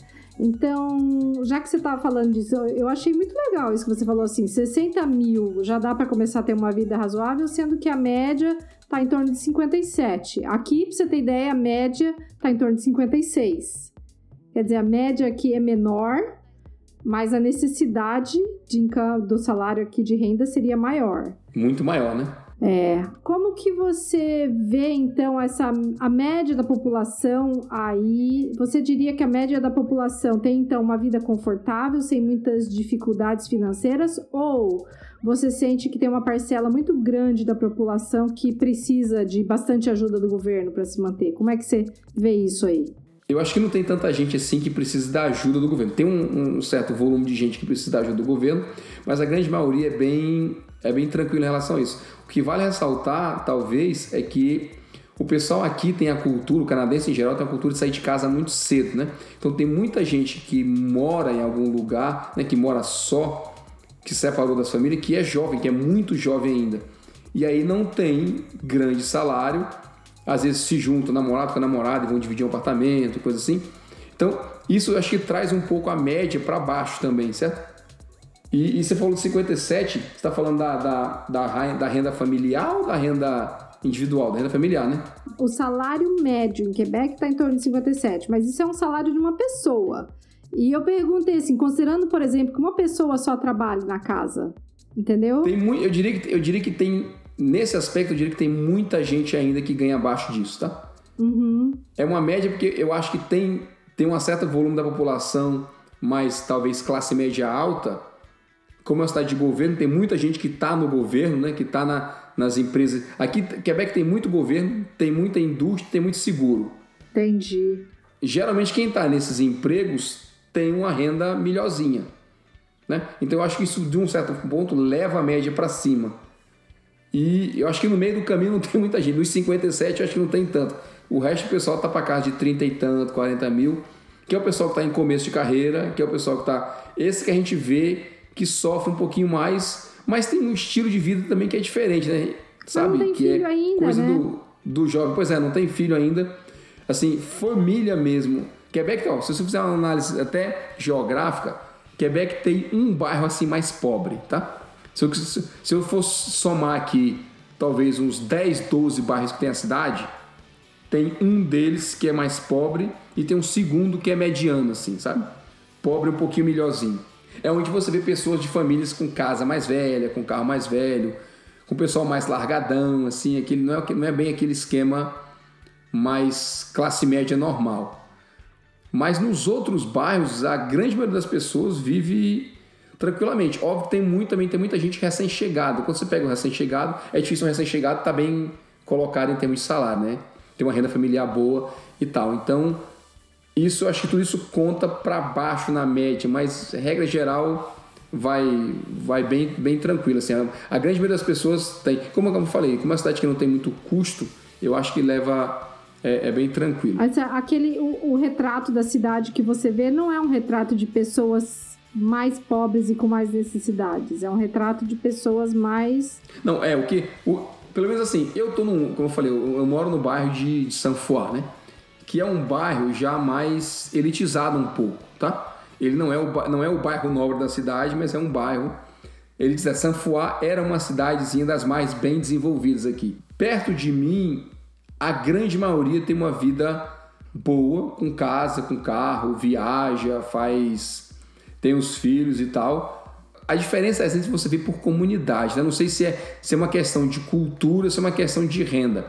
Então, já que você estava falando disso, eu achei muito legal isso que você falou, assim, sessenta mil já dá para começar a ter uma vida razoável, sendo que a média está em torno de cinquenta e sete. Aqui, para você ter ideia, a média está em torno de cinquenta e seis. Quer dizer, a média aqui é menor, mas a necessidade de income, do salário aqui de renda seria maior. Muito maior, né? É. Como que você vê, então, essa, a média da população aí? Você diria que a média da população tem, então, uma vida confortável, sem muitas dificuldades financeiras? Ou você sente que tem uma parcela muito grande da população que precisa de bastante ajuda do governo para se manter? Como é que você vê isso aí? Eu acho que não tem tanta gente assim que precisa da ajuda do governo. Tem um, um certo volume de gente que precisa da ajuda do governo, mas a grande maioria é bem, é bem tranquila em relação a isso. O que vale ressaltar, talvez, é que o pessoal aqui tem a cultura, o canadense em geral tem a cultura de sair de casa muito cedo, né? Então tem muita gente que mora em algum lugar, né, que mora só, que separou das famílias, que é jovem, que é muito jovem ainda. E aí não tem grande salário. Às vezes se juntam namorado com a namorada e vão dividir um apartamento, coisa assim. Então, isso eu acho que traz um pouco a média para baixo também, certo? E, e você falou de cinquenta e sete, você está falando da, da, da, da renda familiar ou da renda individual? Da renda familiar, né? O salário médio em Quebec está em torno de cinquenta e sete, mas isso é um salário de uma pessoa. E eu perguntei assim, considerando, por exemplo, que uma pessoa só trabalha na casa, entendeu? Tem muito, eu, diria que, eu diria que tem... Nesse aspecto, eu diria que tem muita gente ainda que ganha abaixo disso, tá? Uhum. É uma média porque eu acho que tem, tem um certo volume da população, mais talvez classe média alta. Como é uma cidade de governo, tem muita gente que está no governo, né? Que está na, nas empresas. Aqui, Quebec tem muito governo, tem muita indústria, tem muito seguro. Entendi. Geralmente, quem está nesses empregos tem uma renda melhorzinha, né? Então, eu acho que isso, de um certo ponto, leva a média para cima. E eu acho que no meio do caminho não tem muita gente. Nos cinquenta e sete eu acho que não tem tanto. O resto do pessoal está para casa de trinta e tanto, quarenta mil, que é o pessoal que está em começo de carreira, que é o pessoal que está... Esse que a gente vê que sofre um pouquinho mais, mas tem um estilo de vida também que é diferente, né? Sabe? Não tem que filho é ainda, coisa né? do, do jovem. Pois é, não tem filho ainda. Assim, família mesmo. Quebec, ó, se você fizer uma análise até geográfica, Quebec tem um bairro assim mais pobre, tá? Se eu, se eu fosse somar aqui talvez uns dez, doze bairros que tem a cidade, tem um deles que é mais pobre e tem um segundo que é mediano, assim, sabe? pobre um pouquinho melhorzinho. É onde você vê pessoas de famílias com casa mais velha, com carro mais velho, com pessoal mais largadão, assim, aquele, não, é, não é bem aquele esquema mais classe média normal. Mas nos outros bairros, a grande maioria das pessoas vive tranquilamente. Óbvio que tem, muito, também, tem muita gente recém-chegada. Quando você pega um recém-chegado, é difícil um recém-chegado estar bem colocado em termos de salário, né? Tem uma renda familiar boa e tal. Então, isso, acho que tudo isso conta para baixo na média, mas, regra geral, vai, vai bem, bem tranquilo. Assim, a, a grande maioria das pessoas tem... Como eu falei, como é uma cidade que não tem muito custo, eu acho que leva... É, é bem tranquilo. Aquele, o, o retrato da cidade que você vê não é um retrato de pessoas mais pobres e com mais necessidades. É um retrato de pessoas mais... Não, é o que... O, pelo menos assim, eu tô num... Como eu falei, eu, eu moro no bairro de, de Saint-Foy, né? Que é um bairro já mais elitizado um pouco, tá? Ele não é o, não é o bairro nobre da cidade, mas é um bairro... Ele diz que Saint-Foy era uma cidadezinha das mais bem desenvolvidas aqui. Perto de mim... A grande maioria tem uma vida boa, com casa, com carro, viaja, faz, tem os filhos e tal. A diferença é que você vê por comunidade, né? Não sei se é, se é uma questão de cultura, se é uma questão de renda,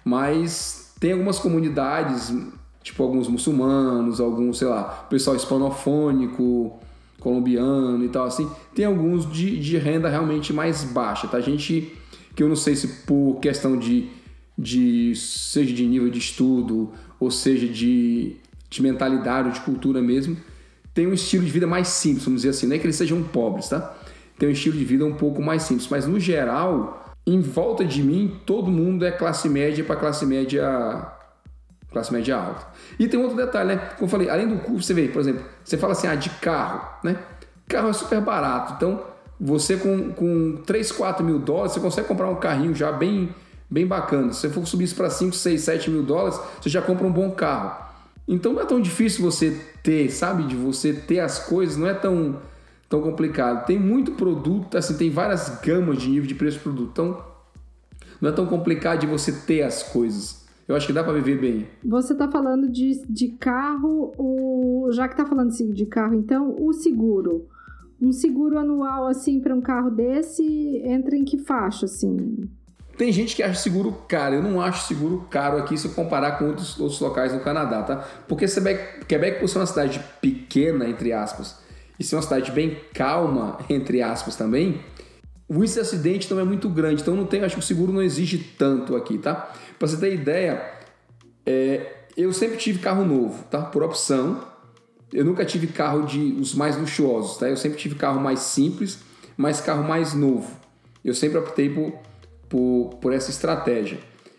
mas tem algumas comunidades, tipo alguns muçulmanos, alguns, sei lá, pessoal hispanofônico, colombiano e tal, assim. Tem alguns de, de renda realmente mais baixa, tá? Gente que eu não sei se por questão de de, seja de nível de estudo, ou seja de, de mentalidade ou de cultura mesmo, tem um estilo de vida mais simples, vamos dizer assim. Não é que eles sejam pobres, tá? Tem um estilo de vida um pouco mais simples, mas no geral, em volta de mim, todo mundo é classe média para classe média classe média alta. E tem outro detalhe, né? Como eu falei, além do custo, você vê, por exemplo, você fala assim, ah, de carro, né? Carro é super barato, então você com, com três, quatro mil dólares, você consegue comprar um carrinho já bem... bem bacana. Se você for subir isso para cinco, seis, sete mil dólares, você já compra um bom carro. Então não é tão difícil você ter, sabe? De você ter as coisas, não é tão, tão complicado. Tem muito produto, assim, tem várias gamas de nível de preço de produto. Então não é tão complicado de você ter as coisas. Eu acho que dá para viver bem. Você tá falando de, de carro, o... já que tá falando de carro, então, o seguro. Um seguro anual, assim, para um carro desse, entra em que faixa, assim? Tem gente que acha seguro caro. Eu não acho seguro caro aqui se eu comparar com outros, outros locais no Canadá, tá? Porque Quebec, Quebec, por ser uma cidade pequena, entre aspas, e ser uma cidade bem calma, entre aspas também, o índice de acidente não é muito grande. Então, não tem, acho que o seguro não exige tanto aqui, tá? Pra você ter ideia, é, eu sempre tive carro novo, tá? Por opção. Eu nunca tive carro de os mais luxuosos, tá? Eu sempre tive carro mais simples, mas carro mais novo. Eu sempre optei por... Por, por essa estratégia.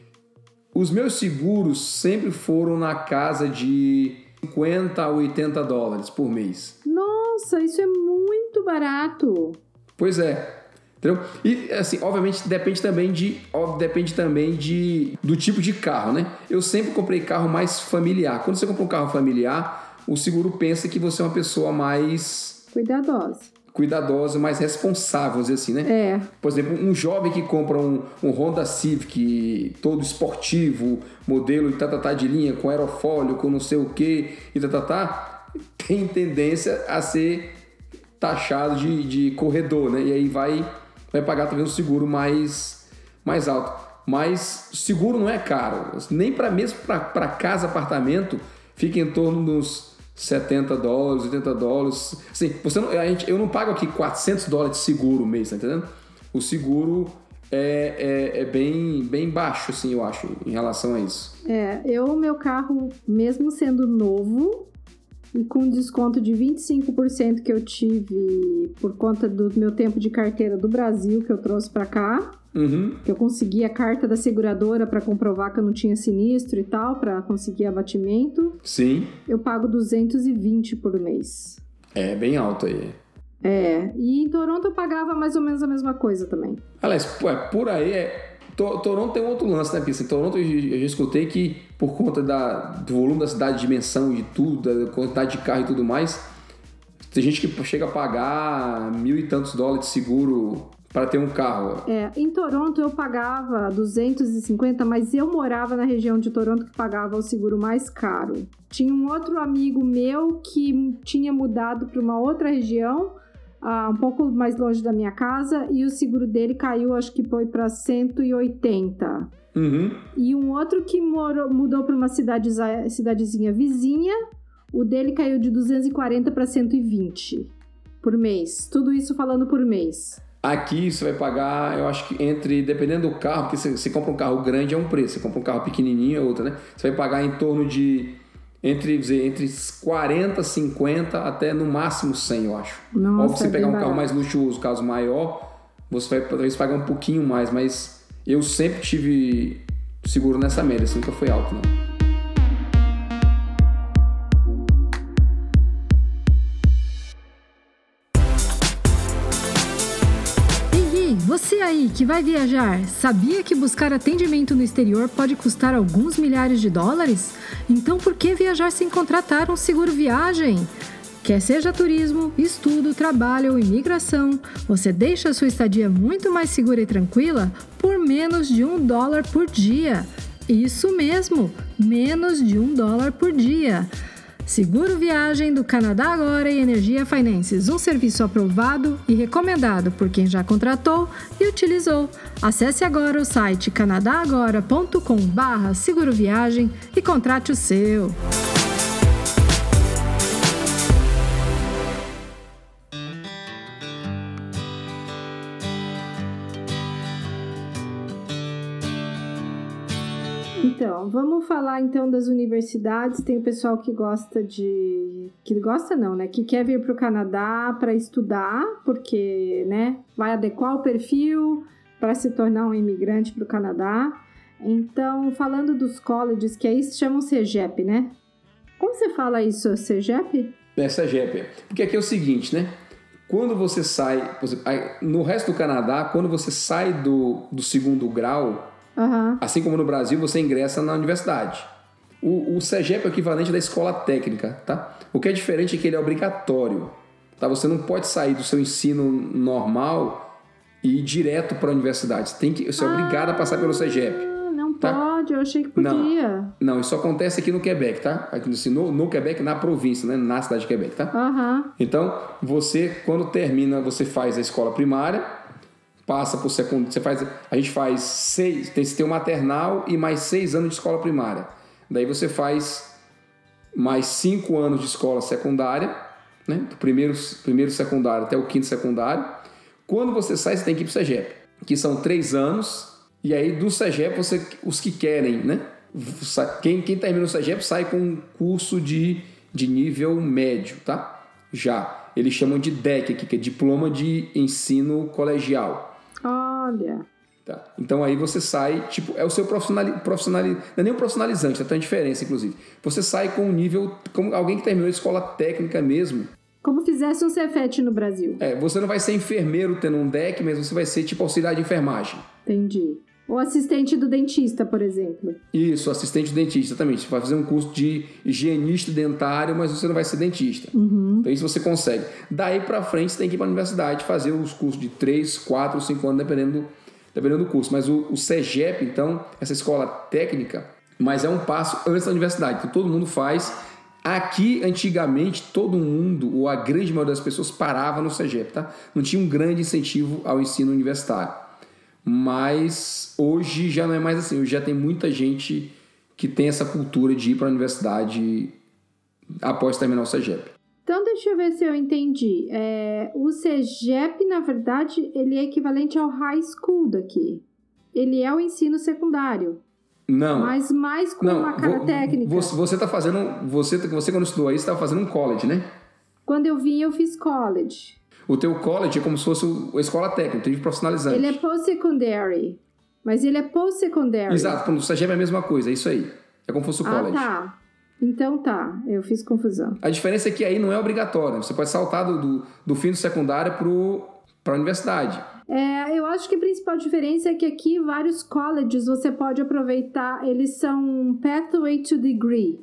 Os meus seguros sempre foram na casa de cinquenta a oitenta dólares por mês. Nossa, isso é muito barato. Pois é. Entendeu? E assim, obviamente depende também de depende também de do tipo de carro, né? Eu sempre comprei carro mais familiar. Quando você compra um carro familiar, o seguro pensa que você é uma pessoa mais cuidadosa. cuidadosa, mais responsável, vamos dizer assim, né? É. Por exemplo, um jovem que compra um, um Honda Civic todo esportivo, modelo de tatatá de linha, com aerofólio, com não sei o que, e tatatá, tem tendência a ser taxado de, de corredor, né? E aí vai, vai pagar também um seguro mais, mais alto. Mas seguro não é caro, nem para mesmo para casa, apartamento, fica em torno dos setenta dólares, oitenta dólares. Assim, você não, a gente, eu não pago aqui quatrocentos dólares de seguro mês, tá entendendo? O seguro é, é, é bem, bem baixo, assim, eu acho, em relação a isso. É, eu, meu carro, mesmo sendo novo e com desconto de vinte e cinco por cento que eu tive por conta do meu tempo de carteira do Brasil, que eu trouxe pra cá, uhum. que eu consegui a carta da seguradora para comprovar que eu não tinha sinistro e tal, para conseguir abatimento. Sim. Eu pago duzentos e vinte por mês. É bem alto aí. É, e em Toronto eu pagava mais ou menos a mesma coisa também. Aliás, por aí é... Toronto tem um outro lance, né? Porque assim, Toronto eu já escutei que por conta da, do volume da cidade, dimensão de tudo, da quantidade de carro e tudo mais, tem gente que chega a pagar mil e tantos dólares de seguro para ter um carro. É, em Toronto eu pagava duzentos e cinquenta, mas eu morava na região de Toronto que pagava o seguro mais caro. Tinha um outro amigo meu que tinha mudado para uma outra região, uh, um pouco mais longe da minha casa, e o seguro dele caiu, acho que foi para cento e oitenta. Uhum. E um outro que morou, mudou para uma cidade, cidadezinha vizinha, o dele caiu de duzentos e quarenta para cento e vinte por mês. Tudo isso falando por mês. Aqui você vai pagar, eu acho que entre, dependendo do carro, porque você, você compra um carro grande é um preço, você compra um carro pequenininho é outro, né? Você vai pagar em torno de, entre, dizer, entre quarenta, cinquenta até no máximo cem, eu acho. Nossa, ou você é pegar um barato. carro mais luxuoso, caso maior, você vai talvez pagar um pouquinho mais, mas eu sempre tive seguro nessa média, isso nunca foi alto, não. Você aí que vai viajar, sabia que buscar atendimento no exterior pode custar alguns milhares de dólares? Então por que viajar sem contratar um seguro viagem? Quer seja turismo, estudo, trabalho ou imigração, você deixa a sua estadia muito mais segura e tranquila por menos de um dólar por dia. Isso mesmo, menos de um dólar por dia. Seguro Viagem do Canadá Agora e Energia Finances, um serviço aprovado e recomendado por quem já contratou e utilizou. Acesse agora o site canadagora ponto com barra seguro viagem e contrate o seu. Então, vamos falar então das universidades. Tem o pessoal que gosta de... Que gosta não, né? Que quer vir para o Canadá para estudar, porque, né? Vai adequar o perfil para se tornar um imigrante para o Canadá. Então, falando dos colleges, que aí se chamam CEGEP, né? Como você fala isso, CEGEP? É CEGEP. Porque aqui é o seguinte, né? Quando você sai... No resto do Canadá, quando você sai do, do segundo grau... Uhum. Assim como no Brasil, você ingressa na universidade. O, o CEGEP é o equivalente da escola técnica, tá? O que é diferente é que ele é obrigatório, tá? Você não pode sair do seu ensino normal e ir direto para a universidade. Você, tem que, você é obrigado ah, a passar pelo CEGEP. Não tá? pode, eu achei que podia. Não, não, isso acontece aqui no Quebec, tá? Aqui, assim, no, no Quebec, na província, né? Na cidade de Quebec, tá? Uhum. Então, você, quando termina, você faz a escola primária, passa por secundário, você faz, a gente faz seis, tem que ter um maternal e mais seis anos de escola primária. Daí você faz mais cinco anos de escola secundária, né? Do primeiro, primeiro secundário até o quinto secundário. Quando você sai, você tem que ir para o CEGEP, que são três anos, e aí do CEGEP, você, os que querem, né? Quem, quem termina o CEGEP sai com um curso de, de nível médio, tá? Já. Eles chamam de D E C aqui, que é Diploma de Ensino Colegial. Olha. Tá. Então aí você sai, tipo, é o seu profissional, profissional, não é nem um profissionalizante, tem uma diferença, inclusive. Você sai com um nível, como alguém que terminou a escola técnica mesmo. Como fizesse um Cefet no Brasil. É, você não vai ser enfermeiro tendo um D E C, mas você vai ser tipo auxiliar de enfermagem. Entendi. Ou assistente do dentista, por exemplo. Isso, assistente do dentista, exatamente. Você vai fazer um curso de higienista dentário, mas você não vai ser dentista. Uhum. Então isso você consegue. Daí pra frente você tem que ir pra universidade fazer os cursos de três, quatro, cinco anos, dependendo do, dependendo do curso. Mas o, o CEGEP, então, essa escola técnica, mas é um passo antes da universidade. Então todo mundo faz. Aqui, antigamente, todo mundo, ou a grande maioria das pessoas, parava no CEGEP, tá? Não tinha um grande incentivo ao ensino universitário. Mas hoje já não é mais assim. Hoje já tem muita gente que tem essa cultura de ir para a universidade após terminar o CEGEP. Então, deixa eu ver se eu entendi. É, o CEGEP, na verdade, ele é equivalente ao high school daqui. Ele é o ensino secundário. Não. Mas mais com não, uma cara vo, técnica. Você está fazendo... Você, você quando estudou aí, você estava fazendo um college, né? Quando eu vim, eu fiz college. O teu college é como se fosse a escola técnica, tem profissionalizante. Ele é post-secondary. Mas ele é post-secondary. Exato, o CEGEP é a mesma coisa, é isso aí. É como se fosse o college. Ah, tá. Então tá, eu fiz confusão. A diferença é que aí não é obrigatório. Você pode saltar do, do, do fim do secundário para a universidade. É, eu acho que a principal diferença é que aqui vários colleges você pode aproveitar, eles são Pathway to Degree.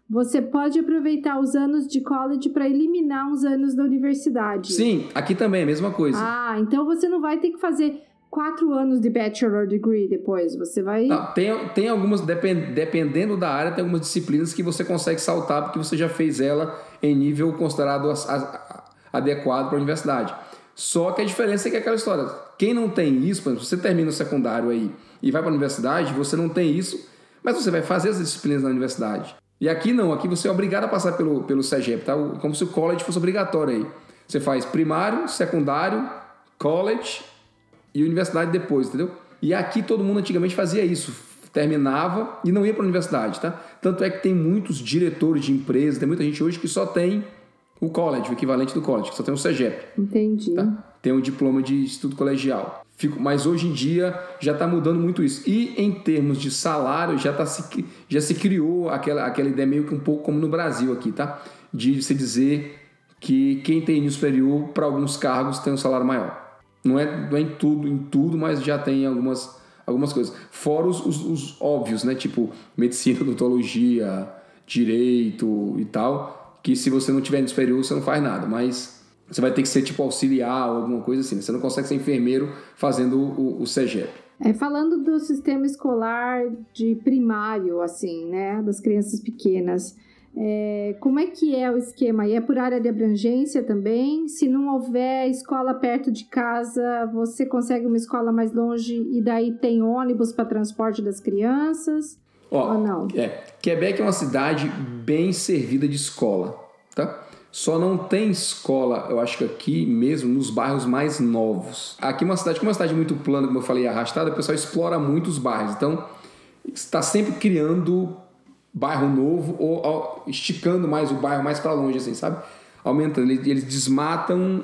você pode aproveitar os anos de college para eliminar uns anos da universidade. Sim, aqui também é a mesma coisa. Ah, então você não vai ter que fazer quatro anos de bachelor degree depois, você vai... Não, tem, tem algumas, depend, dependendo da área, tem algumas disciplinas que você consegue saltar porque você já fez ela em nível considerado a, a, adequado para a universidade. Só que a diferença é que é aquela história, quem não tem isso, por exemplo, você termina o secundário aí e vai para a universidade, você não tem isso, mas você vai fazer as disciplinas na universidade. E aqui não, aqui você é obrigado a passar pelo, pelo CEGEP, tá? Como se o college fosse obrigatório aí. Você faz primário, secundário, college e universidade depois, entendeu? E aqui todo mundo antigamente fazia isso, terminava e não ia para a universidade, tá? Tanto é que tem muitos diretores de empresas, tem muita gente hoje que só tem o college, o equivalente do college, que só tem o CEGEP. Entendi. Tá? Tem um diploma de estudo colegial. Fico, mas hoje em dia já está mudando muito isso. E em termos de salário, já, tá se, já se criou aquela, aquela ideia meio que um pouco como no Brasil aqui, tá? De se dizer que quem tem nível superior para alguns cargos tem um salário maior. Não é, não é em, tudo, em tudo, mas já tem algumas, algumas coisas. Fora os, os, os óbvios, né? Tipo medicina, odontologia, direito e tal, que se você não tiver nível superior, você não faz nada. Mas você vai ter que ser tipo auxiliar ou alguma coisa assim. Você não consegue ser enfermeiro fazendo o, o CEGEP. É, falando do sistema escolar de primário, assim, né? Das crianças pequenas. É, como é que é o esquema aí? É por área de abrangência também? Se não houver escola perto de casa, você consegue uma escola mais longe e daí tem ônibus para transporte das crianças? Ó, ou não? É, Quebec é uma cidade bem servida de escola, tá? Só não tem escola, eu acho que aqui mesmo, nos bairros mais novos. Aqui é uma cidade, como é uma cidade muito plana, como eu falei, arrastada, o pessoal explora muito os bairros. Então, está sempre criando bairro novo ou, ou esticando mais o bairro mais para longe, assim, sabe? Aumentando. Eles, eles desmatam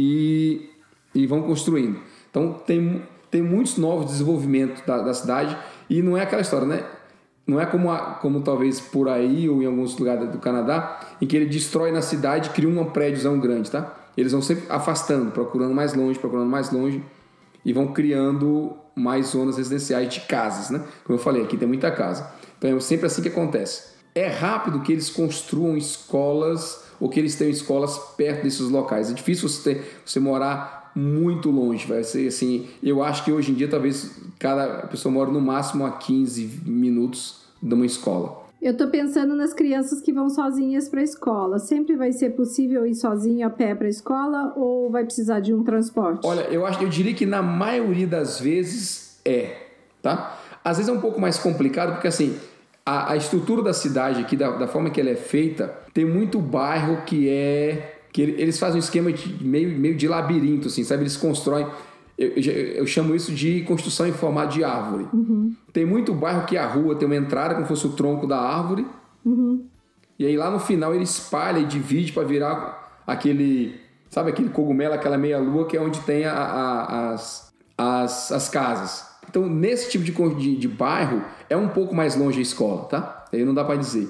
e, e vão construindo. Então, tem, tem muitos novos desenvolvimentos da, da cidade e não é aquela história, né? Não é como, a, como talvez por aí ou em alguns lugares do Canadá, em que ele destrói na cidade e cria um prédiozão grande, tá? Eles vão sempre afastando, procurando mais longe, procurando mais longe e vão criando mais zonas residenciais de casas, né? Como eu falei, aqui tem muita casa. Então é sempre assim que acontece. É rápido que eles construam escolas ou que eles tenham escolas perto desses locais. É difícil você, ter, você morar muito longe. Vai ser assim, eu acho que hoje em dia talvez cada pessoa mora no máximo a quinze minutos de uma escola. Eu tô pensando nas crianças que vão sozinhas para a escola. Sempre vai ser possível ir sozinho a pé para a escola ou vai precisar de um transporte? Olha, eu acho, eu diria que na maioria das vezes é, tá? Às vezes é um pouco mais complicado porque assim, a, a estrutura da cidade aqui, da, da forma que ela é feita, tem muito bairro que é que eles fazem um esquema de, meio, meio de labirinto, assim, sabe? Eles constroem, eu, eu, eu chamo isso de construção em formato de árvore. Uhum. Tem muito bairro que a rua tem uma entrada como se fosse o tronco da árvore, uhum. E aí lá no final ele espalha e divide para virar aquele, sabe, aquele cogumelo, aquela meia-lua que é onde tem a, a, as, as, as casas. Então nesse tipo de, de, de bairro é um pouco mais longe a escola, tá? Aí não dá para dizer.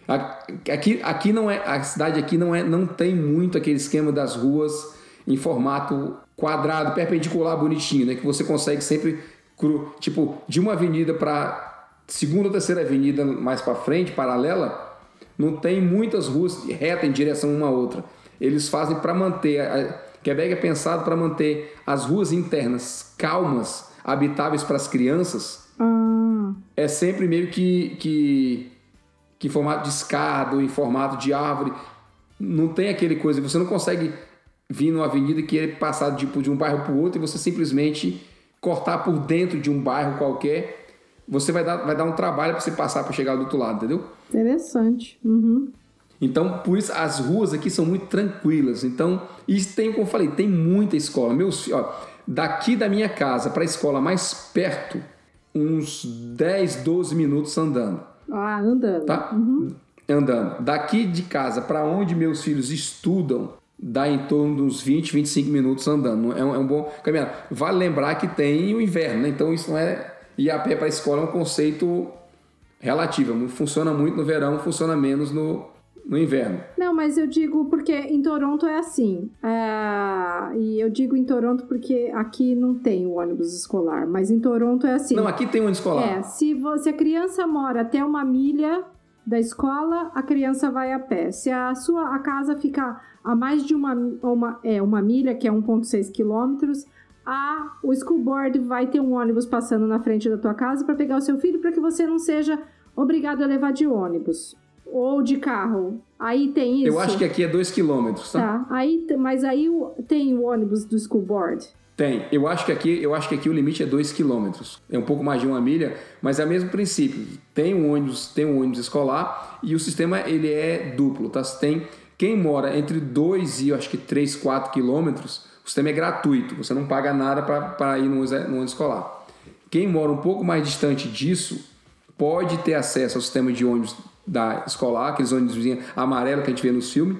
Aqui, aqui não é, a cidade aqui não, é, não tem muito aquele esquema das ruas em formato quadrado, perpendicular, bonitinho, né? Que você consegue sempre, tipo, de uma avenida para segunda ou terceira avenida mais para frente, paralela, não tem muitas ruas retas em direção uma a outra. Eles fazem para manter, a Quebec é pensado para manter as ruas internas calmas, habitáveis para as crianças. Ah. É sempre meio que... que que em formato de escada ou em formato de árvore, não tem aquele coisa, você não consegue vir numa avenida e querer passar tipo, de um bairro para o outro e você simplesmente cortar por dentro de um bairro qualquer, você vai dar, vai dar um trabalho para você passar para chegar do outro lado, entendeu? Interessante. Uhum. Então, por isso, as ruas aqui são muito tranquilas. Então, e tem, como eu falei, tem muita escola. Meus, ó, daqui da minha casa para a escola mais perto, uns dez, doze minutos andando. Ah, andando. Tá? Uhum. Andando. Daqui de casa para onde meus filhos estudam, dá em torno de uns vinte, vinte e cinco minutos andando. É um, é um bom caminhar. Vale lembrar que tem o inverno, né? Então isso não é... Ir a pé para a escola é um conceito relativo. Funciona muito no verão, funciona menos no, no inverno. Não, mas eu digo porque em Toronto é assim. É... E eu digo em Toronto porque aqui não tem o ônibus escolar. Mas em Toronto é assim. Não, aqui tem ônibus escolar. É, se, você, se a criança mora até uma milha da escola, a criança vai a pé. Se a sua a casa fica a mais de uma, uma, é, uma milha, que é um vírgula seis quilômetros, a, o school board vai ter um ônibus passando na frente da tua casa para pegar o seu filho, para que você não seja obrigado a levar de ônibus ou de carro. Aí tem isso. Eu acho que aqui é dois quilômetros, tá? Tá. Aí, mas aí tem o ônibus do school board? Tem. Eu acho que aqui, eu acho que aqui o limite é dois quilômetros. É um pouco mais de uma milha, mas é o mesmo princípio. Tem um ônibus, tem um ônibus escolar e o sistema ele é duplo, tá? Tem quem mora entre dois e eu acho que três, quatro quilômetros, o sistema é gratuito. Você não paga nada para ir no ônibus escolar. Quem mora um pouco mais distante disso pode ter acesso ao sistema de ônibus da escolar, aqueles ônibus amarelo que a gente vê nos filmes,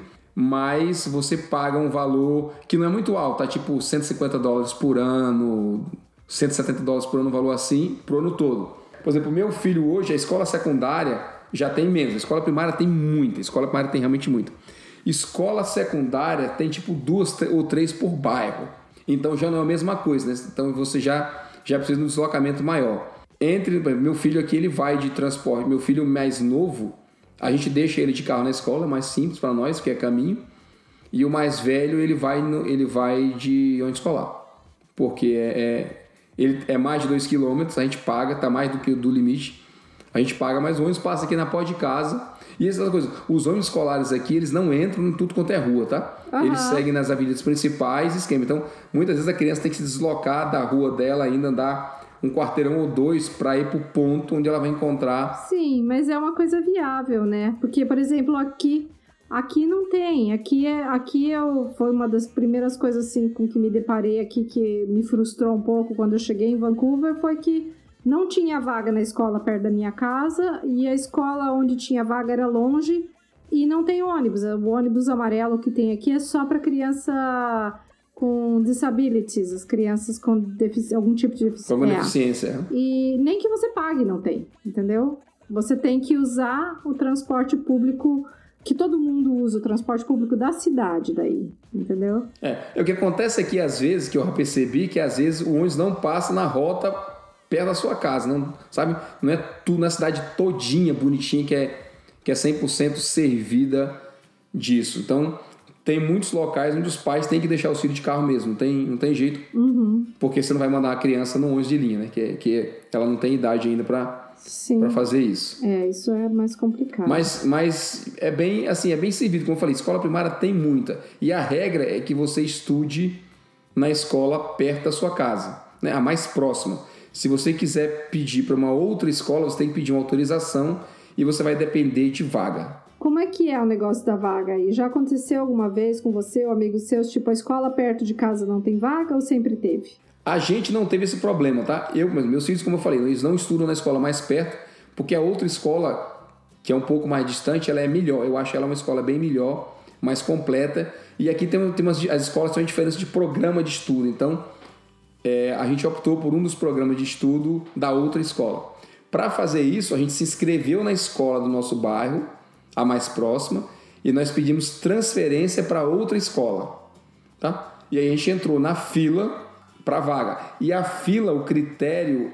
mas você paga um valor que não é muito alto, tá? Tipo cento e cinquenta dólares por ano, cento e setenta dólares por ano, um valor assim, pro ano todo. Por exemplo, meu filho hoje, a escola secundária já tem menos, a escola primária tem muita, a escola primária tem realmente muita. Escola secundária tem tipo duas ou três por bairro, então já não é a mesma coisa, né? Então você já, já precisa de um deslocamento maior. Entre meu filho aqui, ele vai de transporte, meu filho mais novo, a gente deixa ele de carro na escola, mais simples para nós, que é caminho. E o mais velho, ele vai, no, ele vai de ônibus escolar. Porque é, é, ele é mais de dois quilômetros, a gente paga, tá mais do que do limite. A gente paga, mas o ônibus passa aqui na porta de casa. E essa coisa, os ônibus escolares aqui, eles não entram em tudo quanto é rua, tá? Uhum. Eles seguem nas avenidas principais, esquema. Então, muitas vezes a criança tem que se deslocar da rua dela, ainda andar um quarteirão ou dois para ir para o ponto onde ela vai encontrar. Sim, mas é uma coisa viável, né? Porque, por exemplo, aqui, aqui não tem. Aqui, é, aqui eu, foi uma das primeiras coisas assim, com que me deparei aqui, que me frustrou um pouco quando eu cheguei em Vancouver, foi que não tinha vaga na escola perto da minha casa e a escola onde tinha vaga era longe e não tem ônibus. O ônibus amarelo que tem aqui é só para criança com disabilities, as crianças com defici- algum tipo de deficiência. Alguma deficiência. E nem que você pague não tem, entendeu? Você tem que usar o transporte público, que todo mundo usa, o transporte público da cidade daí, entendeu? É, é o que acontece aqui às vezes, que eu percebi, que às vezes o ônibus não passa na rota perto da sua casa, não, sabe? Não é tudo na cidade todinha, bonitinha, que é, que é cem por cento servida disso. Então, tem muitos locais onde os pais têm que deixar os filhos de carro mesmo, não tem, não tem jeito, uhum. Porque você não vai mandar a criança no ônibus de linha, né? Que, que ela não tem idade ainda para fazer isso. É, isso é mais complicado. Mas, mas é bem assim, é bem servido, como eu falei, escola primária tem muita. E a regra é que você estude na escola perto da sua casa, né? A mais próxima. Se você quiser pedir para uma outra escola, você tem que pedir uma autorização e você vai depender de vaga. Como é que é o negócio da vaga aí? Já aconteceu alguma vez com você ou amigos seus, tipo, a escola perto de casa não tem vaga ou sempre teve? A gente não teve esse problema, tá? Eu, meus filhos, como eu falei, eles não estudam na escola mais perto, porque a outra escola, que é um pouco mais distante, ela é melhor. Eu acho ela uma escola bem melhor, mais completa. E aqui tem, tem umas, as escolas têm diferença de programa de estudo. Então, é, a gente optou por um dos programas de estudo da outra escola. Para fazer isso, a gente se inscreveu na escola do nosso bairro, a mais próxima, e nós pedimos transferência para outra escola, tá? E aí a gente entrou na fila para vaga. E a fila, o critério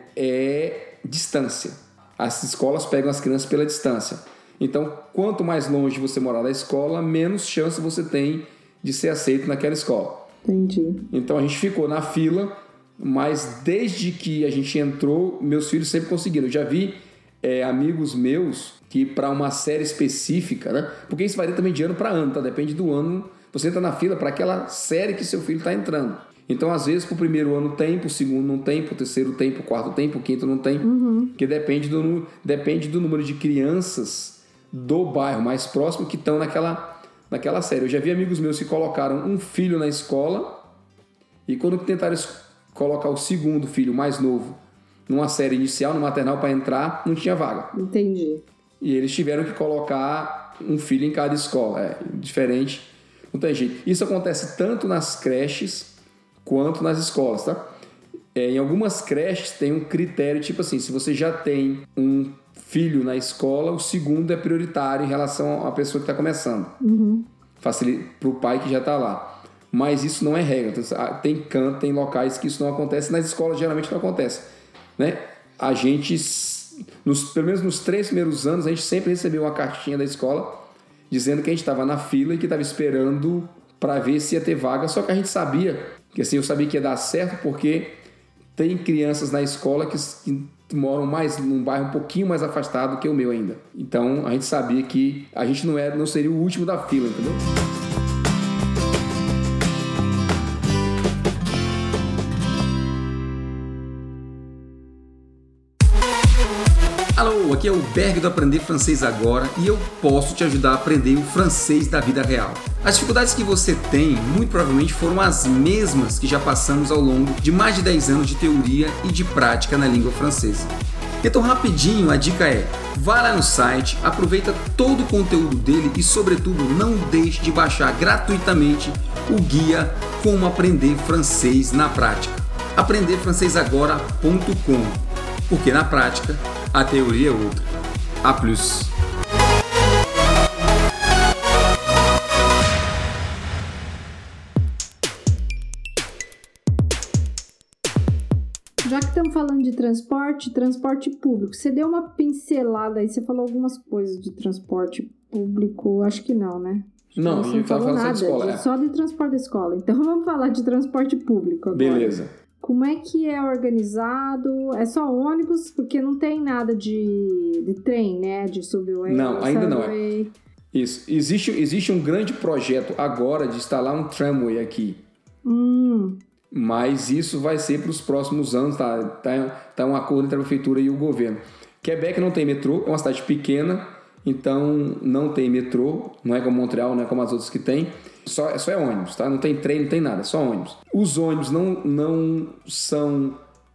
é distância. As escolas pegam as crianças pela distância. Então, quanto mais longe você morar da escola, menos chance você tem de ser aceito naquela escola. Entendi. Então a gente ficou na fila, mas desde que a gente entrou, meus filhos sempre conseguiram. Eu já vi é, amigos meus que para uma série específica, né? Porque isso varia também de ano para ano, tá? Depende do ano. Você entra na fila para aquela série que seu filho está entrando. Então, às vezes, para o primeiro ano tem, para o segundo não tem, para o terceiro tem, para o quarto tem, para o quinto não tem. Uhum. Porque depende do, depende do número de crianças do bairro mais próximo que estão naquela, naquela série. Eu já vi amigos meus que colocaram um filho na escola e quando tentaram colocar o segundo filho, mais novo, numa série inicial, no maternal, para entrar, não tinha vaga. Entendi. E eles tiveram que colocar um filho em cada escola. É diferente, não tem jeito. Isso acontece tanto nas creches quanto nas escolas, tá? É, em algumas creches tem um critério, tipo assim, se você já tem um filho na escola, o segundo é prioritário em relação à pessoa que está começando. Uhum. Facilita para o pai que já está lá. Mas isso não é regra. Tem canto, tem locais que isso não acontece. Nas escolas geralmente não acontece, né? A gente nos, pelo menos nos três primeiros anos, a gente sempre recebeu uma cartinha da escola dizendo que a gente estava na fila e que estava esperando para ver se ia ter vaga. Só que a gente sabia, que assim, eu sabia que ia dar certo porque tem crianças na escola que, que moram mais num bairro um pouquinho mais afastado que o meu ainda. Então, a gente sabia que a gente não, era, não seria o último da fila, entendeu? Alô, aqui é o Berg do Aprender Francês Agora e eu posso te ajudar a aprender o francês da vida real. As dificuldades que você tem, muito provavelmente, foram as mesmas que já passamos ao longo de mais de dez anos de teoria e de prática na língua francesa. Então, rapidinho, a dica é, vá lá no site, aproveita todo o conteúdo dele e, sobretudo, não deixe de baixar gratuitamente o guia Como Aprender Francês na Prática. aprender francês agora ponto com, porque na prática, a teoria é outra. A plus. Já que estamos falando de transporte, transporte público, você deu uma pincelada aí, você falou algumas coisas de transporte público, acho que não, né? Não, a gente tá falando só de escola. De, é. Só de transporte da escola. Então vamos falar de transporte público agora. Beleza. Como é que é organizado? É só ônibus? Porque não tem nada de, de trem, né? De subway. Não, ainda não é. Isso. Existe, existe um grande projeto agora de instalar um tramway aqui. Hum. Mas isso vai ser para os próximos anos, tá? Tá, tá um acordo entre a prefeitura e o governo. Quebec não tem metrô, é uma cidade pequena, então não tem metrô, não é como Montreal, não é como as outras que tem. Só, só é ônibus, tá? Não tem trem, não tem nada, é só ônibus. Os ônibus não, não são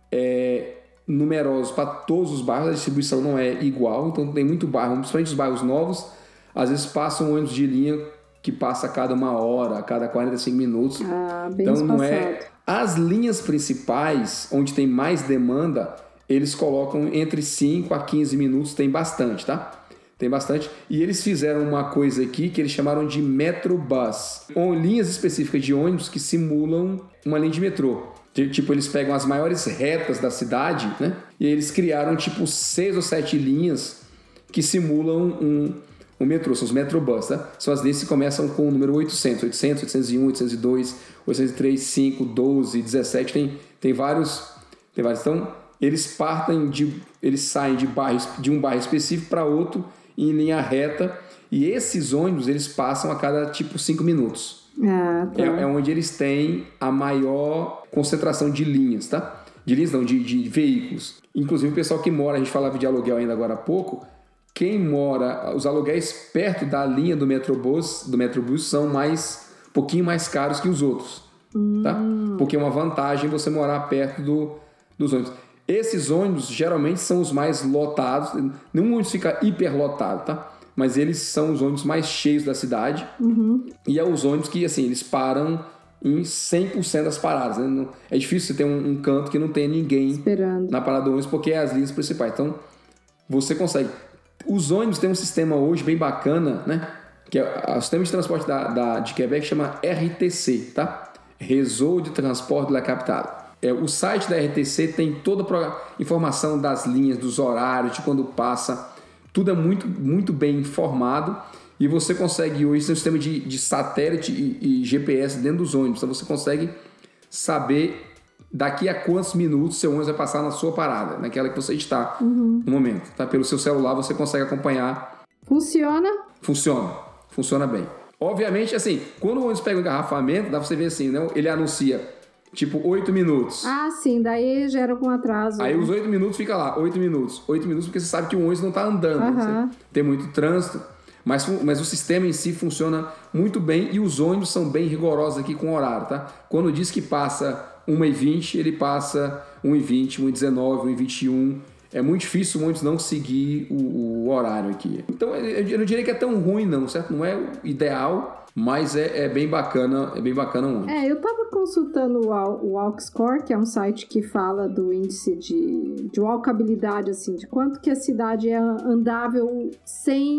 é, numerosos para todos os bairros, a distribuição não é igual, então tem muito bairro, principalmente os bairros novos, às vezes passam um ônibus de linha que passa a cada uma hora, a cada quarenta e cinco minutos. Ah, bem então não espaçado. é. As linhas principais, onde tem mais demanda, eles colocam entre cinco a quinze minutos, tem bastante, tá? Tem bastante. E eles fizeram uma coisa aqui que eles chamaram de Metrobus. Ou linhas específicas de ônibus que simulam uma linha de metrô. Tipo, eles pegam as maiores retas da cidade, né? E eles criaram, tipo, seis ou sete linhas que simulam um, um metrô. São os Metrobus, tá? São as linhas que começam com o número oitocentos. oitocentos, oitocentos e um, oitocentos e dois, oitocentos e três, cinco, doze, dezessete. Tem, tem vários... Tem vários. Então, eles partem de... Eles saem de, bairros, de um bairro específico para outro em linha reta, e esses ônibus eles passam a cada tipo cinco minutos. Ah, tá. é, é onde eles têm a maior concentração de linhas, tá? De linhas não, de, de veículos. Inclusive o pessoal que mora, a gente falava de aluguel ainda agora há pouco, quem mora, os aluguéis perto da linha do Metrobus, do Metrobus são mais, um pouquinho mais caros que os outros, hum. tá? Porque é uma vantagem você morar perto do, dos ônibus. Esses ônibus geralmente são os mais lotados, nenhum ônibus fica hiperlotado, tá? Mas eles são os ônibus mais cheios da cidade, uhum. E é os ônibus que, assim, eles param em cem por cento das paradas, né? É difícil você ter um, um canto que não tenha ninguém esperando na parada do ônibus, porque é as linhas principais, então você consegue. Os ônibus têm um sistema hoje bem bacana, né? Que é o sistema de transporte da, da, de Quebec chama R T C, tá? Réseau de Transport de la Capitale. É, o site da R T C tem toda a informação das linhas, dos horários, de quando passa. Tudo é muito, muito bem informado. E você consegue hoje ter um sistema de, de satélite e, e G P S dentro dos ônibus. Então você consegue saber daqui a quantos minutos seu ônibus vai passar na sua parada, naquela que você está uhum. no momento. Tá? Pelo seu celular você consegue acompanhar. Funciona? Funciona. Funciona bem. Obviamente, assim, quando o ônibus pega um engarrafamento, dá pra você ver assim, né? Ele anuncia... Tipo, oito minutos. Ah, sim, daí gera algum atraso. Aí né? os oito minutos fica lá, oito minutos. oito minutos porque você sabe que o ônibus não está andando. Uhum. Tem muito trânsito. Mas, mas o sistema em si funciona muito bem e os ônibus são bem rigorosos aqui com o horário, tá? Quando diz que passa uma e vinte, ele passa uma e vinte, uma e dezenove, uma e vinte e um. É muito difícil o ônibus não seguir o, o horário aqui. Então, eu não diria que é tão ruim não, certo? Não é o ideal... Mas é, é bem bacana, é bem bacana o ônibus. É, eu tava consultando o, o WalkScore, que é um site que fala do índice de, de walkabilidade, assim, de quanto que a cidade é andável sem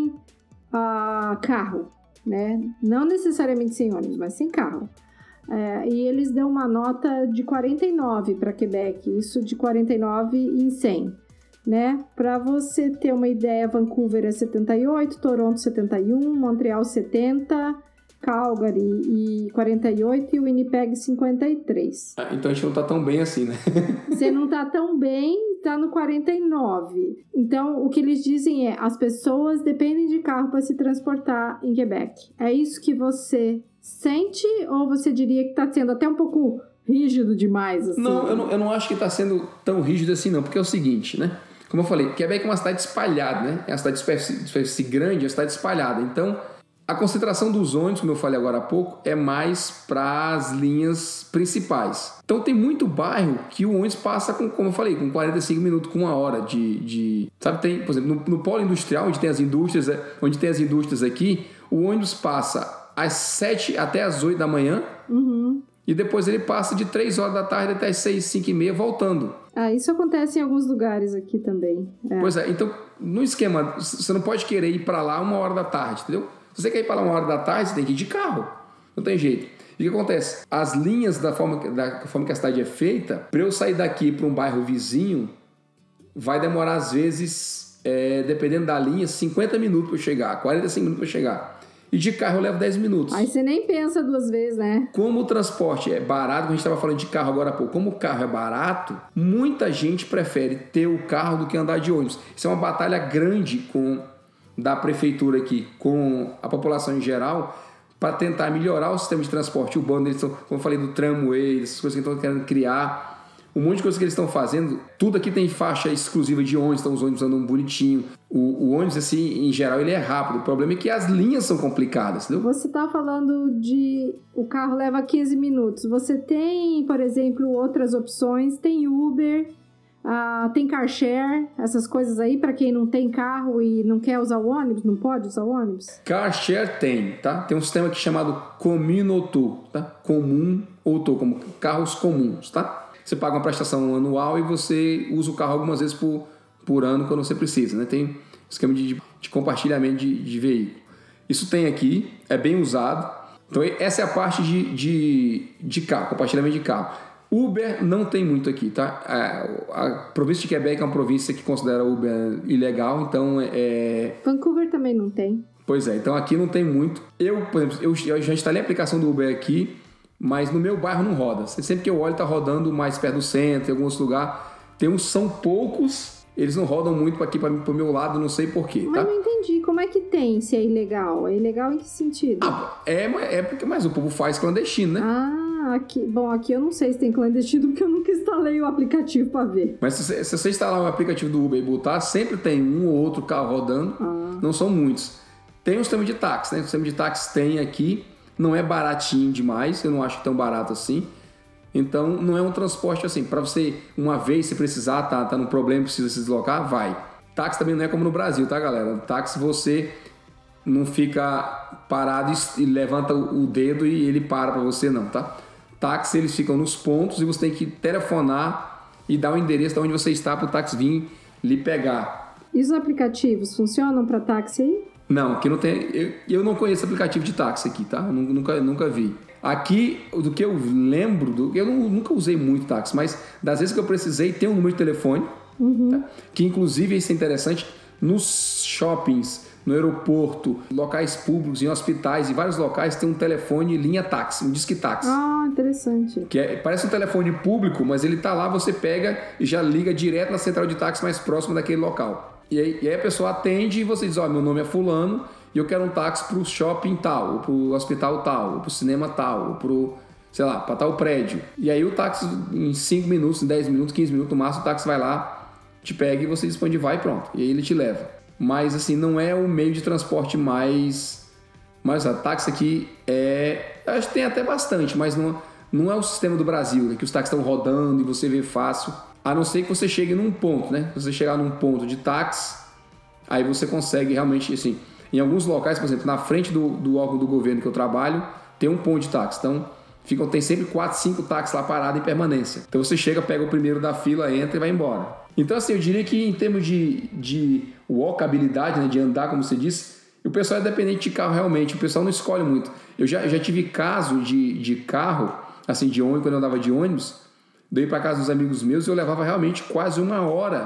uh, carro, né? Não necessariamente sem ônibus, mas sem carro. É, e eles dão uma nota de quarenta e nove para Quebec, isso de quarenta e nove em cem. né? Para você ter uma ideia, Vancouver é setenta e oito, Toronto setenta e um, Montreal setenta, Calgary e quarenta e oito e Winnipeg cinquenta e três. Ah, então a gente não tá tão bem assim, né? Você não tá tão bem, tá no quarenta e nove. Então, o que eles dizem é, as pessoas dependem de carro para se transportar em Quebec. É isso que você sente ou você diria que tá sendo até um pouco rígido demais? Assim? Não, eu não, eu não acho que tá sendo tão rígido assim, não, porque é o seguinte, né? Como eu falei, Quebec é uma cidade espalhada, né? É uma cidade de superfície, de superfície grande, é uma cidade espalhada. Então, a concentração dos ônibus, como eu falei agora há pouco, é mais para as linhas principais. Então tem muito bairro que o ônibus passa, com, como eu falei, com quarenta e cinco minutos, com uma hora de... de sabe, tem, por exemplo, no, no polo industrial, onde tem as indústrias, onde tem as indústrias aqui, o ônibus passa às sete até às oito da manhã, uhum. E depois ele passa de três horas da tarde até as seis, cinco e meia, voltando. Ah, isso acontece em alguns lugares aqui também. É. Pois é, então, no esquema, você não pode querer ir para lá uma hora da tarde, entendeu? Se você quer ir para lá uma hora da tarde, você tem que ir de carro. Não tem jeito. E o que acontece? As linhas da forma, da forma que a cidade é feita, para eu sair daqui para um bairro vizinho, vai demorar às vezes, é, dependendo da linha, cinquenta minutos para eu chegar, quarenta e cinco minutos para eu chegar. E de carro eu levo dez minutos. Aí você nem pensa duas vezes, né? Como o transporte é barato, como a gente estava falando de carro agora há pouco, como o carro é barato, muita gente prefere ter o carro do que andar de ônibus. Isso é uma batalha grande com, da prefeitura aqui, com a população em geral, para tentar melhorar o sistema de transporte urbano. Eles estão, como eu falei, do tramway, essas coisas que estão querendo criar. Um monte de coisa que eles estão fazendo. Tudo aqui tem faixa exclusiva de ônibus, então os ônibus andam bonitinho. O, o ônibus, assim, em geral, ele é rápido. O problema é que as linhas são complicadas, entendeu? Você está falando de... O carro leva quinze minutos. Você tem, por exemplo, outras opções. Tem Uber, uh, tem car share, essas coisas aí, para quem não tem carro e não quer usar o ônibus, não pode usar o ônibus? Car share tem, tá? Tem um sistema aqui chamado Commun Auto, tá? Comum Auto, como carros comuns, tá? Você paga uma prestação anual e você usa o carro algumas vezes por, por ano quando você precisa, né? Tem um esquema de, de compartilhamento de, de veículo. Isso tem aqui, é bem usado. Então essa é a parte de, de, de carro, compartilhamento de carro. Uber não tem muito aqui, tá? A, a província de Quebec é uma província que considera Uber ilegal, então é... Vancouver também não tem. Pois é, então aqui não tem muito. Eu, por exemplo, eu, eu já instalei a aplicação do Uber aqui, mas no meu bairro não roda. Sempre que eu olho, tá rodando mais perto do centro, em alguns lugares. Tem uns, são poucos, eles não rodam muito para aqui, para o meu lado, não sei porquê. Mas tá? não entendi, como é que tem se é ilegal? É ilegal em que sentido? Ah, é, é porque mais o povo faz clandestino, né? Ah, aqui, bom, aqui eu não sei se tem clandestino, porque eu nunca instalei o aplicativo para ver. Mas se você, se você instalar o aplicativo do Uber e botar, sempre tem um ou outro carro rodando, ah. Não são muitos. Tem um sistema de táxi, né? O sistema de táxi tem aqui. Não é baratinho demais, eu não acho tão barato assim. Então, não é um transporte assim, para você, uma vez, se precisar, tá, tá num problema, precisa se deslocar, vai. Táxi também não é como no Brasil, tá, galera? Táxi você não fica parado e, e levanta o dedo e ele para para você, não, tá? Táxi, eles ficam nos pontos e você tem que telefonar e dar o endereço de onde você está para o táxi vir lhe pegar. E os aplicativos funcionam para táxi aí? Não, aqui não tem. Eu, eu não conheço aplicativo de táxi aqui, tá? Eu nunca, nunca vi. Aqui, do que eu lembro, do, eu não, nunca usei muito táxi, mas das vezes que eu precisei, tem um número de telefone, uhum. tá? Que inclusive isso é interessante, nos shoppings, no aeroporto, locais públicos, em hospitais e vários locais tem um telefone linha táxi, um disque táxi. Ah, interessante. Que é, parece um telefone público, mas ele tá lá, você pega e já liga direto na central de táxi mais próxima daquele local. E aí, e aí a pessoa atende e você diz, ó, oh, meu nome é fulano e eu quero um táxi pro shopping tal, ou pro hospital tal, ou pro cinema tal, ou pro, sei lá, pra tal prédio. E aí o táxi em cinco minutos, em dez minutos, quinze minutos no máximo, o táxi vai lá, te pega e você diz pra onde vai e pronto. E aí ele te leva. Mas assim, não é o meio de transporte mais... Mas a táxi aqui é... Acho que tem até bastante, mas não, não é o sistema do Brasil, né, que os táxis estão rodando e você vê fácil. A não ser que você chegue num ponto, né? Se você chegar num ponto de táxi, aí você consegue realmente, assim... Em alguns locais, por exemplo, na frente do, do órgão do governo que eu trabalho, tem um ponto de táxi. Então, ficam, tem sempre quatro, cinco táxis lá parados em permanência. Então, você chega, pega o primeiro da fila, entra e vai embora. Então, assim, eu diria que em termos de, de walkabilidade, né? De andar, como você disse, o pessoal é dependente de carro realmente. O pessoal não escolhe muito. Eu já, já tive caso de, de carro, assim, de ônibus, quando eu andava de ônibus... Dei para casa dos amigos meus e eu levava realmente quase uma hora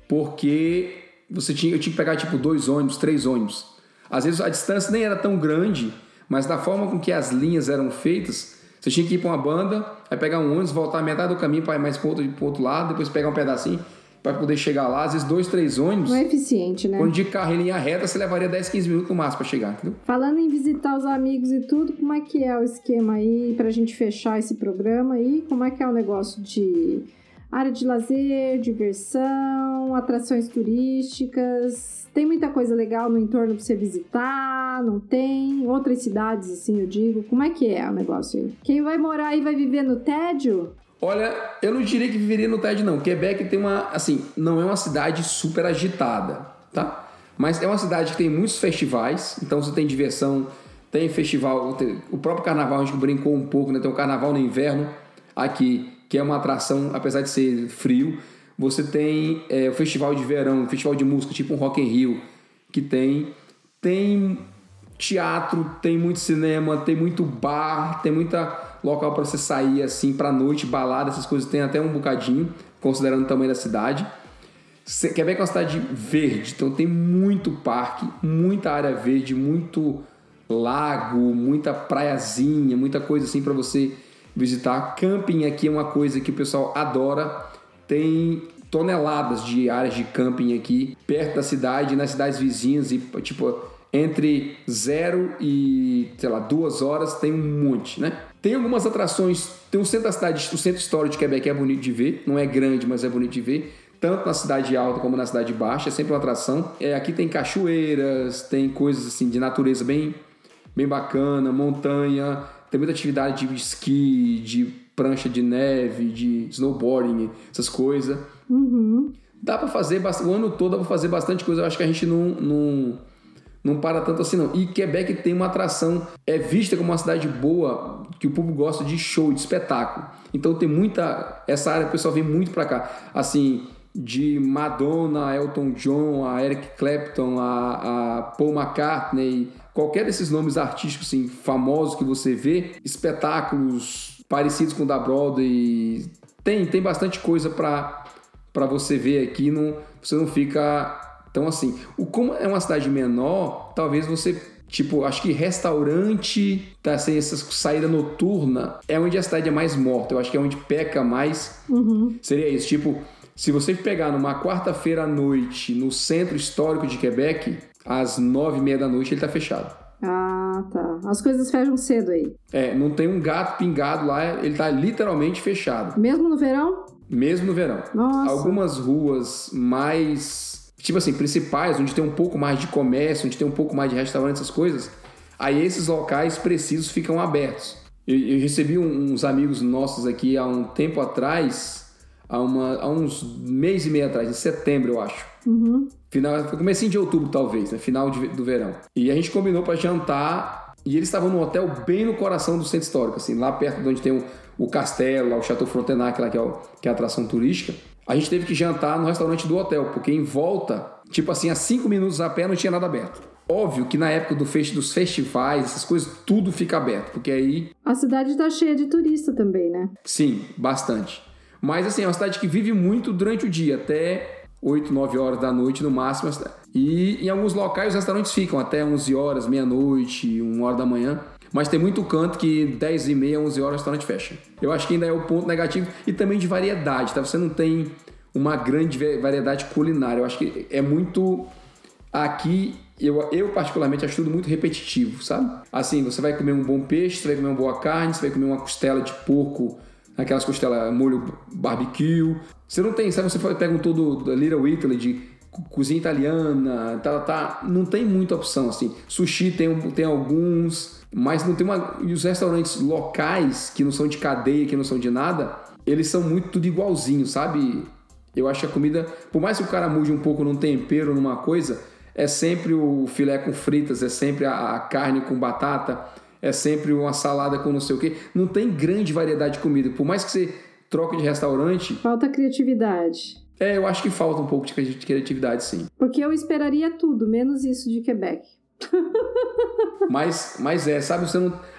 porque você tinha, eu tinha que pegar tipo dois ônibus, três ônibus. Às vezes a distância nem era tão grande, mas da forma com que as linhas eram feitas, você tinha que ir para uma banda, aí pegar um ônibus, voltar metade do caminho para ir mais para o outro, outro lado, depois pegar um pedacinho para poder chegar lá. Às vezes dois, três ônibus. Não é eficiente, né? Quando de carro em linha reta, você levaria dez, quinze minutos no máximo para chegar, entendeu? Falando em visitar os amigos e tudo, como é que é o esquema aí pra gente fechar esse programa aí? Como é que é o negócio de área de lazer, diversão, atrações turísticas? Tem muita coisa legal no entorno pra você visitar? Não tem? Outras cidades, assim, eu digo. Como é que é o negócio aí? Quem vai morar aí vai viver no tédio? Olha, eu não diria que viveria no tédio, não. Quebec tem uma, assim, não é uma cidade super agitada, tá? Mas é uma cidade que tem muitos festivais, então você tem diversão, tem festival, tem, o próprio carnaval, a gente brincou um pouco, né? Tem o carnaval no inverno aqui, que é uma atração, apesar de ser frio. Você tem é, o festival de verão, o festival de música, tipo um Rock in Rio, que tem, tem teatro, tem muito cinema, tem muito bar, tem muita local para você sair assim pra noite, balada, essas coisas, tem até um bocadinho, considerando o tamanho da cidade. Quebec é uma cidade verde, então tem muito parque, muita área verde, muito lago, muita praiazinha, muita coisa assim para você visitar. Camping aqui é uma coisa que o pessoal adora. Tem toneladas de áreas de camping aqui perto da cidade, nas cidades vizinhas, e tipo entre zero e, sei lá, duas horas tem um monte, né? Tem algumas atrações, tem o centro da cidade, o centro histórico de Quebec é bonito de ver, não é grande, mas é bonito de ver, tanto na cidade alta como na cidade baixa, é sempre uma atração. É, aqui tem cachoeiras, tem coisas assim de natureza bem, bem bacana, montanha, tem muita atividade de esqui, de prancha de neve, de snowboarding, essas coisas. Uhum. Dá pra fazer, o ano todo dá pra fazer bastante coisa, eu acho que a gente não... não Não para tanto assim, não. E Quebec tem uma atração, é vista como uma cidade boa, que o público gosta de show, de espetáculo. Então tem muita... Essa área o pessoal vem muito pra cá. Assim, de Madonna, Elton John, a Eric Clapton, a, a Paul McCartney, qualquer desses nomes artísticos assim, famosos que você vê, espetáculos parecidos com o da Broadway. Tem, tem bastante coisa pra, pra você ver aqui. Não, você não fica... Então, assim, o, como é uma cidade menor, talvez você, tipo, acho que restaurante, tá, assim, essa saída noturna, é onde a cidade é mais morta. Eu acho que é onde peca mais. Uhum. Seria isso, tipo, se você pegar numa quarta-feira à noite no centro histórico de Quebec, às nove e meia da noite ele tá fechado. Ah, tá. As coisas fecham cedo aí. É, não tem um gato pingado lá, ele tá literalmente fechado. Mesmo no verão? Mesmo no verão. Nossa. Algumas ruas mais... tipo assim, principais, onde tem um pouco mais de comércio, onde tem um pouco mais de restaurante, essas coisas, aí esses locais precisos ficam abertos. Eu, eu recebi um, uns amigos nossos aqui há um tempo atrás, há, uma, há uns mês e meio atrás, em setembro, eu acho. Uhum. Final, foi comecinho de outubro, talvez, né? Final de, do verão. E a gente combinou para jantar, e eles estavam num hotel bem no coração do centro histórico, assim, lá perto de onde tem o, o castelo, lá, o Chateau Frontenac, lá, que é, o, que é a atração turística. A gente teve que jantar no restaurante do hotel, porque em volta, tipo assim, a cinco minutos a pé não tinha nada aberto. Óbvio que na época do fest, dos festivais, essas coisas, tudo fica aberto, porque aí... A cidade tá cheia de turista também, né? Sim, bastante. Mas assim, é uma cidade que vive muito durante o dia, até oito, nove horas da noite no máximo. E em alguns locais os restaurantes ficam até onze horas, meia-noite, uma hora da manhã. Mas tem muito canto que dez e meia, onze horas o restaurante fecha. Eu acho que ainda é o ponto negativo. E também de variedade, tá? Você não tem uma grande variedade culinária. Eu acho que é muito... Aqui, eu, eu particularmente acho tudo muito repetitivo, sabe? Assim, você vai comer um bom peixe, você vai comer uma boa carne, você vai comer uma costela de porco, aquelas costelas molho barbecue. Você não tem, sabe? Você pega um todo da Little Italy, de cozinha italiana, tá, tá, não tem muita opção, assim. Sushi tem, tem alguns... Mas não tem uma... E os restaurantes locais, que não são de cadeia, que não são de nada, eles são muito tudo igualzinho, sabe? Eu acho que a comida... Por mais que o cara mude um pouco num tempero, numa coisa, é sempre o filé com fritas, é sempre a, a carne com batata, é sempre uma salada com não sei o quê. Não tem grande variedade de comida. Por mais que você troque de restaurante... Falta criatividade. É, eu acho que falta um pouco de criatividade, sim. Porque eu esperaria tudo, menos isso de Quebec. Mas, mas é, sabe, você não...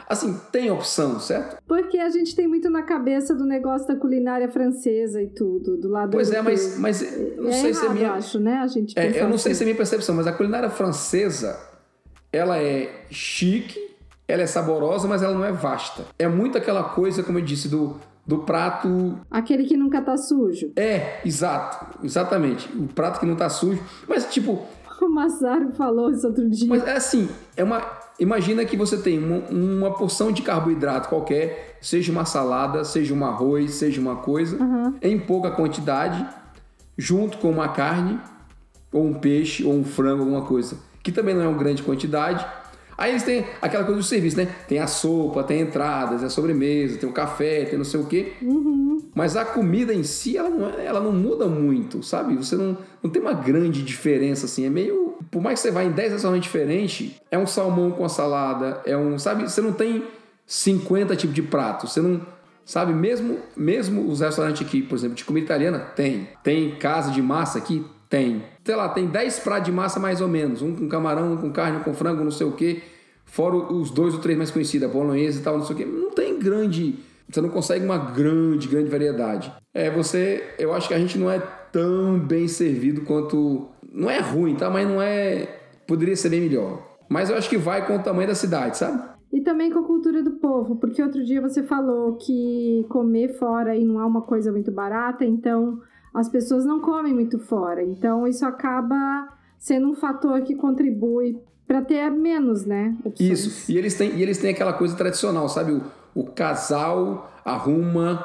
assim, tem opção, certo? Porque a gente tem muito na cabeça do negócio da culinária francesa e tudo, do lado Pois europeu. é, mas, mas não é sei errado, se é minha... acho, né? A gente É, eu não assim. sei se é minha percepção, mas a culinária francesa, ela é chique, ela é saborosa, mas ela não é vasta. É muito aquela coisa, como eu disse, do, do prato... Aquele que nunca tá sujo. É, exato, exatamente. O prato que não tá sujo. Mas, tipo... O Massaro falou isso outro dia. Mas é assim, é uma... Imagina que você tem uma, uma porção de carboidrato qualquer, seja uma salada, seja um arroz, seja uma coisa, Uhum. em pouca quantidade, junto com uma carne, ou um peixe, ou um frango, alguma coisa, que também não é uma grande quantidade. Aí eles têm aquela coisa do serviço, né? Tem a sopa, tem entradas, tem a sobremesa, tem o café, tem não sei o quê. Uhum. Mas a comida em si, ela não, é, ela não muda muito, sabe? Você não, não tem uma grande diferença, assim. É meio... Por mais que você vá em dez restaurantes diferentes, é um salmão com a salada, é um... Sabe? Você não tem cinquenta tipos de pratos. Você não... Sabe? Mesmo, mesmo os restaurantes aqui, por exemplo, de comida italiana, tem. Tem casa de massa aqui? Tem. Sei lá, tem dez pratos de massa mais ou menos. Um com camarão, um com carne, um com frango, não sei o quê. Fora os dois ou três mais conhecidos, a bolonhesa e tal, não sei o quê. Não tem grande... Você não consegue uma grande, grande variedade. É, você... Eu acho que a gente não é tão bem servido quanto... Não é ruim, tá? Mas não é... Poderia ser bem melhor. Mas eu acho que vai com o tamanho da cidade, sabe? E também com a cultura do povo, porque outro dia você falou que comer fora aí não é uma coisa muito barata, então as pessoas não comem muito fora. Então isso acaba sendo um fator que contribui para ter menos, né? Opções. Isso. E eles têm, e eles têm aquela coisa tradicional, sabe? O, o casal arruma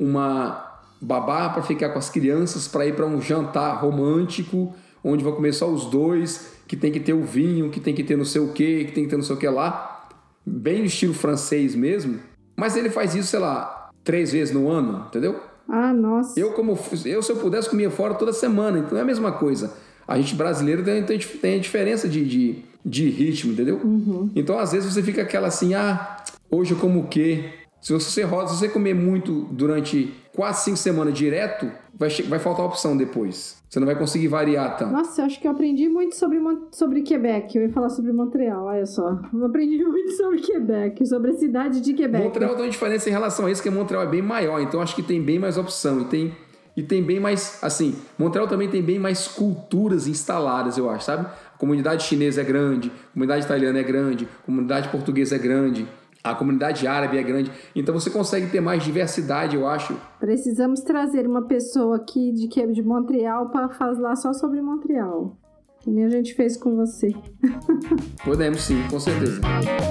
uma babá para ficar com as crianças para ir para um jantar romântico, onde vão comer só os dois, que tem que ter o vinho, que tem que ter não sei o quê, que tem que ter não sei o que lá. Bem no estilo francês mesmo. Mas ele faz isso, sei lá, três vezes no ano, entendeu? Ah, nossa. Eu, como, eu se eu pudesse, comia fora toda semana. Então é a mesma coisa. A gente brasileiro tem, tem, tem a diferença de, de, de ritmo, entendeu? Uhum. Então às vezes você fica aquela assim, ah, hoje eu como o quê? Se você roda, se você comer muito durante quatro, cinco semanas direto, vai, vai faltar opção depois. Você não vai conseguir variar tanto. Nossa, eu acho que eu aprendi muito sobre, sobre Quebec. Eu ia falar sobre Montreal, olha só. Eu aprendi muito sobre Quebec, sobre a cidade de Quebec. Montreal tem uma diferença em relação a isso, que Montreal é bem maior, então acho que tem bem mais opção. E tem, e tem bem mais, assim, Montreal também tem bem mais culturas instaladas, eu acho, sabe? A comunidade chinesa é grande, a comunidade italiana é grande, a comunidade portuguesa é grande. A comunidade árabe é grande, então você consegue ter mais diversidade, eu acho. Precisamos trazer uma pessoa aqui de, de Montreal para falar só sobre Montreal, que nem a gente fez com você. Podemos sim, com certeza.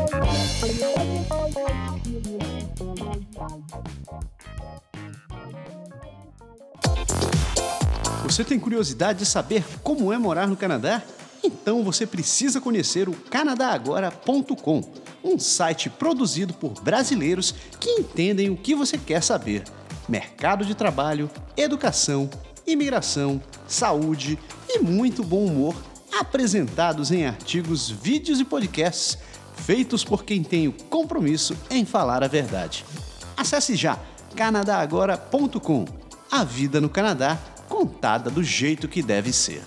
Você tem curiosidade de saber como é morar no Canadá? Então você precisa conhecer o canadá agora ponto com, um site produzido por brasileiros que entendem o que você quer saber. Mercado de trabalho, educação, imigração, saúde e muito bom humor, apresentados em artigos, vídeos e podcasts, feitos por quem tem o compromisso em falar a verdade. Acesse já canadá agora ponto com, a vida no Canadá contada do jeito que deve ser.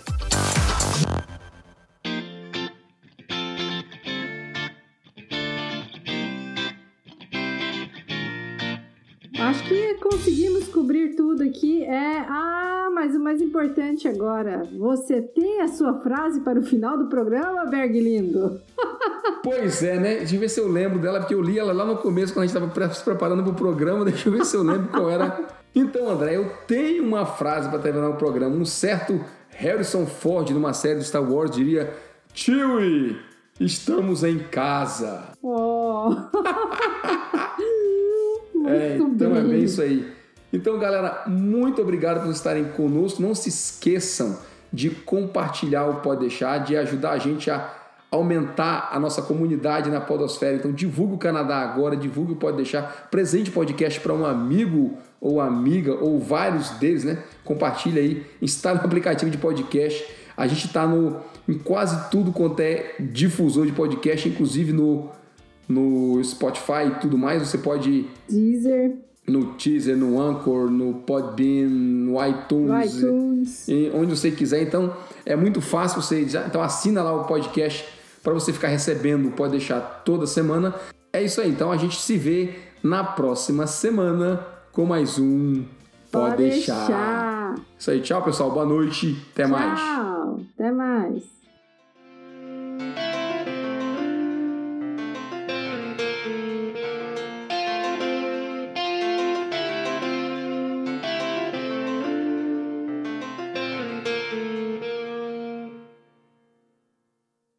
Acho que conseguimos cobrir tudo aqui. É, ah, mas o mais importante agora, você tem a sua frase para o final do programa, Berg lindo? Pois é, né? Deixa eu ver se eu lembro dela, porque eu li ela lá no começo, quando a gente estava se preparando para o programa. Deixa eu ver se eu lembro qual era. Então, André, eu tenho uma frase para terminar o programa. Um certo Harrison Ford, numa série de Star Wars, diria: Chewie, estamos em casa. Oh. É, então é bem isso aí. Então, galera, muito obrigado por estarem conosco. Não se esqueçam de compartilhar o Pode Deixar, de ajudar a gente a aumentar a nossa comunidade na podosfera. Então, divulgue o Canadá Agora, divulgue o Pode Deixar, presente o podcast para um amigo ou amiga, ou vários deles, né? Compartilha aí, instala o aplicativo de podcast. A gente está em quase tudo quanto é difusor de podcast, inclusive no... no Spotify e tudo mais. Você pode... Deezer. No Deezer, no Anchor, no Podbean, no iTunes. No iTunes. Onde você quiser. Então, é muito fácil você... Já, então, assina lá o podcast para você ficar recebendo, pode deixar toda semana. É isso aí, então a gente se vê na próxima semana com mais um Pode, Pode deixar. deixar. Isso aí, tchau pessoal, boa noite, até tchau, mais. Tchau, até mais.